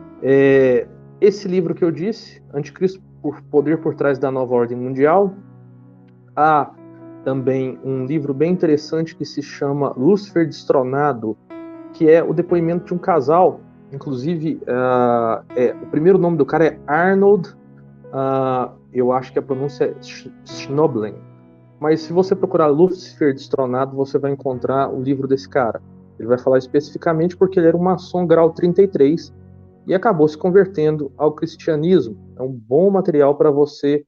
Esse livro que eu disse, Anticristo, Poder por Trás da Nova Ordem Mundial. Há também um livro bem interessante que se chama Lúcifer Destronado, que é o depoimento de um casal. Inclusive, o primeiro nome do cara é Arnold, eu acho que a pronúncia é Schnoblen, mas se você procurar Lúcifer Destronado, você vai encontrar o livro desse cara. Ele vai falar especificamente porque ele era um maçom grau 33 e acabou se convertendo ao cristianismo. É um bom material para você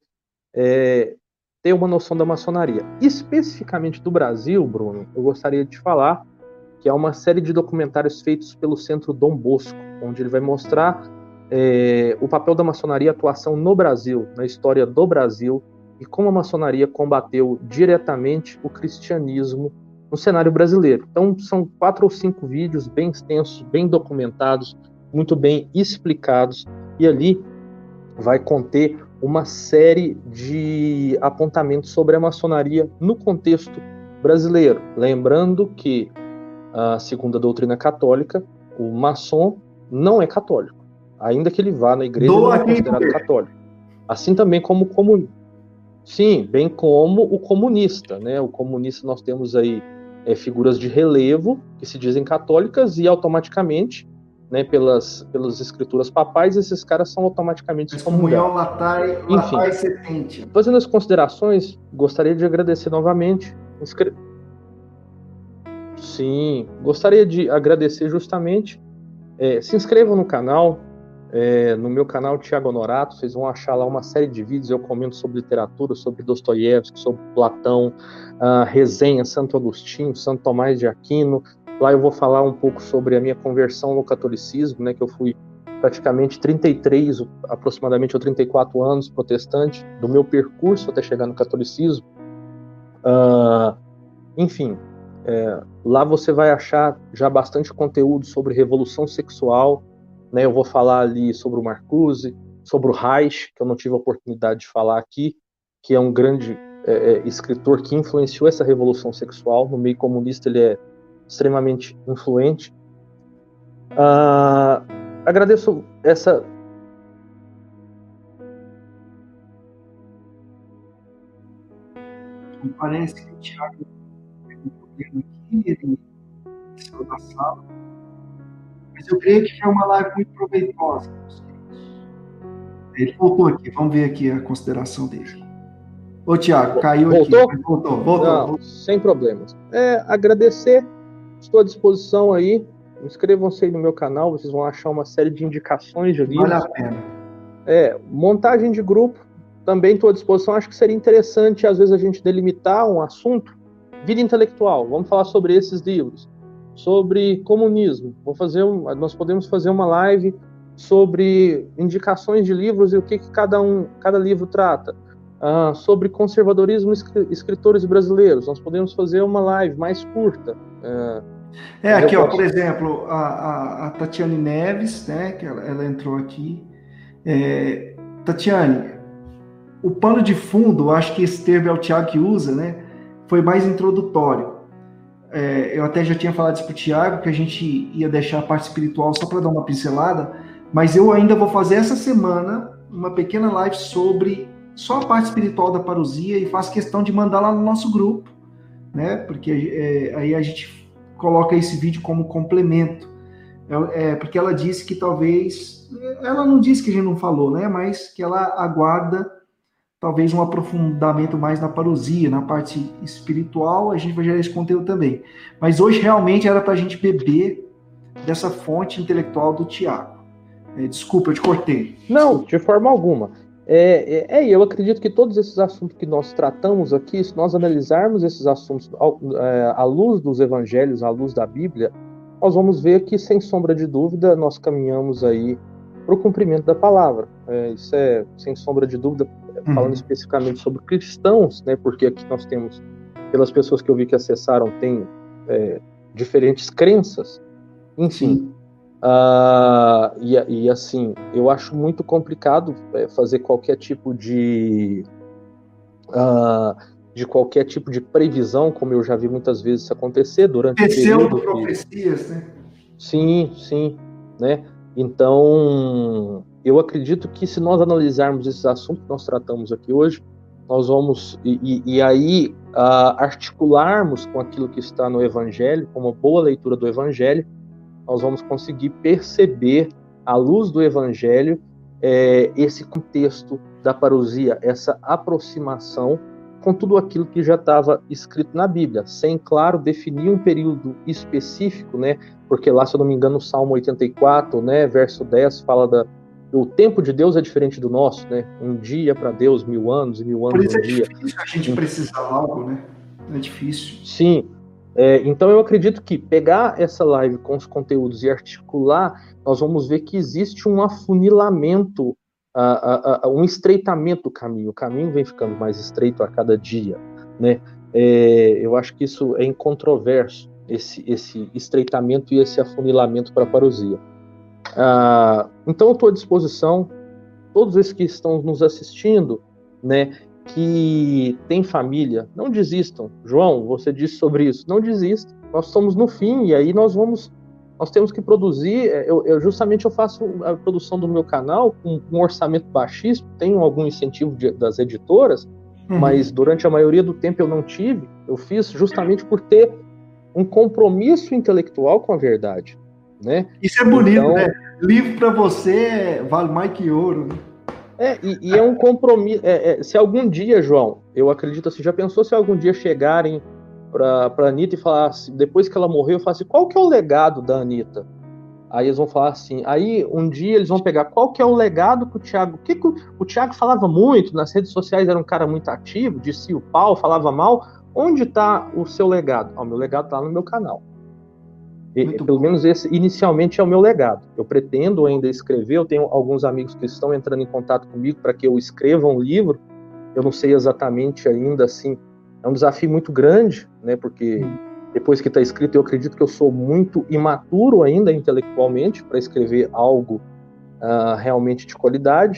ter uma noção da maçonaria. Especificamente do Brasil, Bruno, eu gostaria de te falar que é uma série de documentários feitos pelo Centro Dom Bosco, onde ele vai mostrar o papel da maçonaria e atuação no Brasil, na história do Brasil, e como a maçonaria combateu diretamente o cristianismo no cenário brasileiro. Então, são 4 ou 5 vídeos bem extensos, bem documentados, muito bem explicados, e ali vai conter uma série de apontamentos sobre a maçonaria no contexto brasileiro. Lembrando que, segundo a doutrina católica, o maçom não é católico. Ainda que ele vá na igreja, ele não é considerado católico. Assim também como o comunista. Sim, bem como o comunista, né? O comunista, nós temos aí figuras de relevo que se dizem católicas e automaticamente, né, pelas escrituras papais, esses caras são automaticamente excomungados. Enfim, fazendo as considerações, gostaria de agradecer novamente. Sim, gostaria de agradecer justamente. Se inscrevam no canal, no meu canal Tiago Honorato, vocês vão achar lá uma série de vídeos. Eu comento sobre literatura, sobre Dostoiévski, sobre Platão, resenha Santo Agostinho, Santo Tomás de Aquino. Lá eu vou falar um pouco sobre a minha conversão no catolicismo, né, que eu fui praticamente 33, aproximadamente, ou 34 anos protestante, do meu percurso até chegar no catolicismo. Enfim, lá você vai achar já bastante conteúdo sobre revolução sexual, né? Eu vou falar ali sobre o Marcuse, sobre o Reich, que eu não tive a oportunidade de falar aqui, que é um grande escritor que influenciou essa revolução sexual. No meio comunista ele é extremamente influente. Agradeço essa... Parece que o Thiago tem um problema aqui, ele saiu da sala. Mas eu creio que foi uma live muito proveitosa. Ele voltou aqui, vamos ver aqui a consideração dele. Ô, Thiago, caiu voltou? Aqui. Voltou. Não, sem problemas. Agradecer, estou à disposição aí. Inscrevam-se aí no meu canal, vocês vão achar uma série de indicações de livros. Vale a pena. Montagem de grupo, também estou à disposição. Acho que seria interessante, às vezes, a gente delimitar um assunto. Vida intelectual, vamos falar sobre esses livros. Sobre comunismo, nós podemos fazer uma live sobre indicações de livros e o que cada livro trata. Sobre conservadorismo, escritores brasileiros, nós podemos fazer uma live mais curta. Aqui, ó, por exemplo, a Tatiane Neves, né, que ela entrou aqui. Tatiane, o pano de fundo, acho que esse termo é o Thiago que usa, né, foi mais introdutório. Eu até já tinha falado isso para o Thiago, que a gente ia deixar a parte espiritual só para dar uma pincelada, mas eu ainda vou fazer essa semana uma pequena live sobre só a parte espiritual da parousia e faço questão de mandar lá no nosso grupo, né? Porque aí a gente coloca esse vídeo como complemento. Porque ela disse que talvez... Ela não disse que a gente não falou, né? Mas que ela aguarda talvez um aprofundamento mais na parousia, na parte espiritual, a gente vai gerar esse conteúdo também. Mas hoje realmente era para a gente beber dessa fonte intelectual do Thiago. Desculpa, eu te cortei. Não, de forma alguma. Eu acredito que todos esses assuntos que nós tratamos aqui, se nós analisarmos esses assuntos à luz dos evangelhos, à luz da Bíblia, nós vamos ver que, sem sombra de dúvida, nós caminhamos aí para o cumprimento da palavra. Isso é, sem sombra de dúvida, falando especificamente sobre cristãos, né, porque aqui nós temos, pelas pessoas que eu vi que acessaram, tem diferentes crenças, enfim. E assim, eu acho muito complicado fazer qualquer tipo de qualquer tipo de previsão, como eu já vi muitas vezes isso acontecer durante o período. Profecias, né? Sim, né? Então, eu acredito que se nós analisarmos esses assuntos que nós tratamos aqui hoje, nós vamos, aí articularmos com aquilo que está no Evangelho, com uma boa leitura do Evangelho, nós vamos conseguir perceber, à luz do Evangelho, esse contexto da parousia, essa aproximação com tudo aquilo que já estava escrito na Bíblia, sem, claro, definir um período específico, né? Porque lá, se eu não me engano, o Salmo 84, né, verso 10, fala o tempo de Deus é diferente do nosso, né? Um dia para Deus, 1000 anos, e 1000 anos um dia. Por isso é difícil a gente precisar algo, né? É difícil. Sim. Então eu acredito que pegar essa live com os conteúdos e articular, nós vamos ver que existe um afunilamento, um estreitamento do caminho. O caminho vem ficando mais estreito a cada dia, né? Eu acho que isso é incontroverso, esse estreitamento e esse afunilamento para a parousia. Então eu estou à disposição, todos esses que estão nos assistindo, né, que tem família, não desistam. João, você disse sobre isso, não desistam. Nós estamos no fim e aí nós temos que produzir. Justamente eu faço a produção do meu canal com um orçamento baixíssimo, tenho algum incentivo das editoras, mas durante a maioria do tempo eu não tive. Eu fiz justamente por ter um compromisso intelectual com a verdade, né? Isso é bonito, então, né? Livro para você vale mais que ouro, né? E é um compromisso. Se algum dia, João, eu acredito assim, já pensou se algum dia chegarem para a Anitta e falar assim, depois que ela morreu, eu falo assim, qual que é o legado da Anitta? Aí eles vão falar assim, aí um dia eles vão pegar qual que é o legado que o Thiago... O Thiago falava muito, nas redes sociais era um cara muito ativo, dizia o pau, falava mal. Onde está o seu legado? O meu legado está no meu canal. Pelo menos esse inicialmente é o meu legado. Eu pretendo ainda escrever, eu tenho alguns amigos que estão entrando em contato comigo para que eu escreva um livro. Eu não sei exatamente ainda, assim, é um desafio muito grande, né, porque depois que está escrito eu acredito que eu sou muito imaturo ainda intelectualmente para escrever algo realmente de qualidade,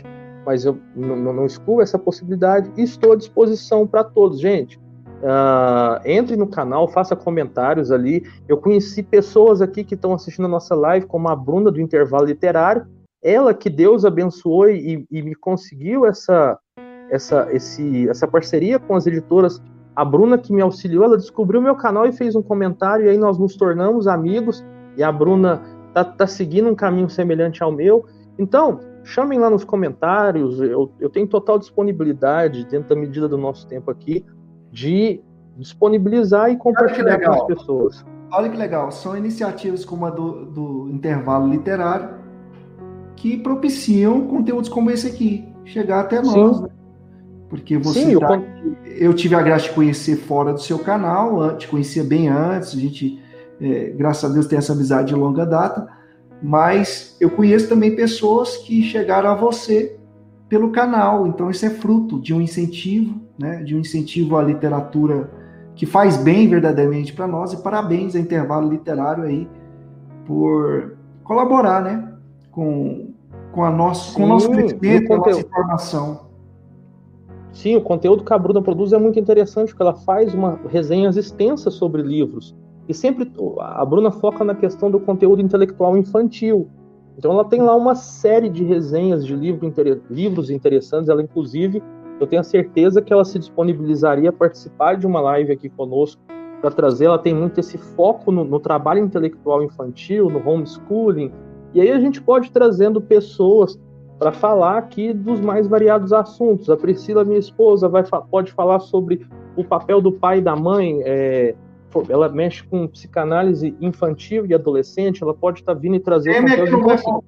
mas eu não excluo essa possibilidade e estou à disposição para todos, gente. Entre no canal, faça comentários ali. Eu conheci pessoas aqui que estão assistindo a nossa live, como a Bruna do Intervalo Literário, ela que Deus abençoou e me conseguiu essa parceria com as editoras. A Bruna que me auxiliou, ela descobriu meu canal e fez um comentário, e aí nós nos tornamos amigos, e a Bruna tá seguindo um caminho semelhante ao meu. Então, chamem lá nos comentários, eu tenho total disponibilidade, dentro da medida do nosso tempo aqui, de disponibilizar e compartilhar com as pessoas. Olha que legal, são iniciativas como a do Intervalo Literário que propiciam conteúdos como esse aqui, chegar até nós, né? Porque você eu tive a graça de conhecer fora do seu canal, te conhecia bem antes, a gente, graças a Deus, tem essa amizade de longa data, mas eu conheço também pessoas que chegaram a você pelo canal, então isso é fruto de um incentivo, né, de um incentivo à literatura que faz bem verdadeiramente para nós, e parabéns ao Intervalo Literário aí por colaborar, né, com o nosso crescimento, com a nossa informação. Sim, o conteúdo que a Bruna produz é muito interessante, porque ela faz resenhas extensas sobre livros, e sempre a Bruna foca na questão do conteúdo intelectual infantil. Então ela tem lá uma série de resenhas de livros interessantes. Ela, inclusive, eu tenho a certeza que ela se disponibilizaria a participar de uma live aqui conosco para trazer. Ela tem muito esse foco no trabalho intelectual infantil, no homeschooling, e aí a gente pode ir trazendo pessoas para falar aqui dos mais variados assuntos. A Priscila, minha esposa, pode falar sobre o papel do pai e da mãe. Ela mexe com psicanálise infantil e adolescente, ela pode estar vindo e trazer conteúdo.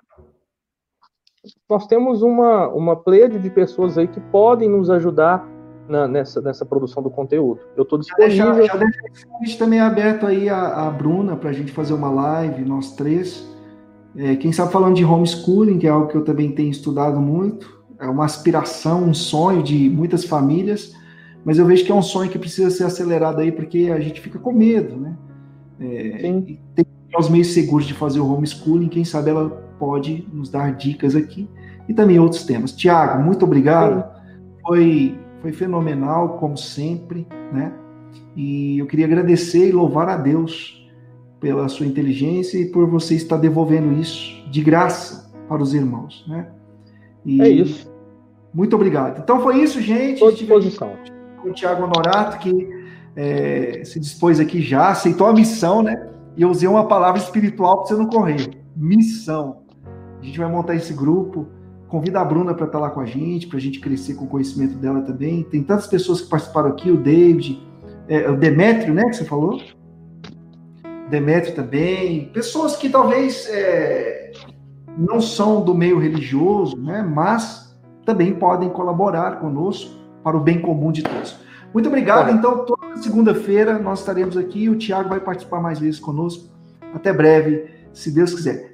Nós temos uma pleiade de pessoas aí que podem nos ajudar nessa produção do conteúdo. Eu estou disponível. Já deixa esse convite também aberto aí a Bruna, para a gente fazer uma live, nós três. Quem sabe falando de homeschooling, que é algo que eu também tenho estudado muito, é uma aspiração, um sonho de muitas famílias, mas eu vejo que é um sonho que precisa ser acelerado aí, porque a gente fica com medo, né? E tem os meios seguros de fazer o homeschooling, quem sabe ela pode nos dar dicas aqui, e também outros temas. Tiago, muito obrigado, foi fenomenal, como sempre, né? E eu queria agradecer e louvar a Deus pela sua inteligência e por você estar devolvendo isso de graça para os irmãos, né? É isso. Muito obrigado. Então foi isso, gente. Estou à disposição. Com o Tiago Honorato, que se dispôs aqui já, aceitou a missão, né? E eu usei uma palavra espiritual para você não correr. Missão. A gente vai montar esse grupo. Convida a Bruna para estar lá com a gente, para a gente crescer com o conhecimento dela também. Tem tantas pessoas que participaram aqui, o David, o Demétrio, né, que você falou? Demétrio também. Pessoas que talvez não são do meio religioso, né, mas também podem colaborar conosco para o bem comum de todos. Muito obrigado. Então, toda segunda-feira nós estaremos aqui. O Tiago vai participar mais vezes conosco. Até breve, se Deus quiser.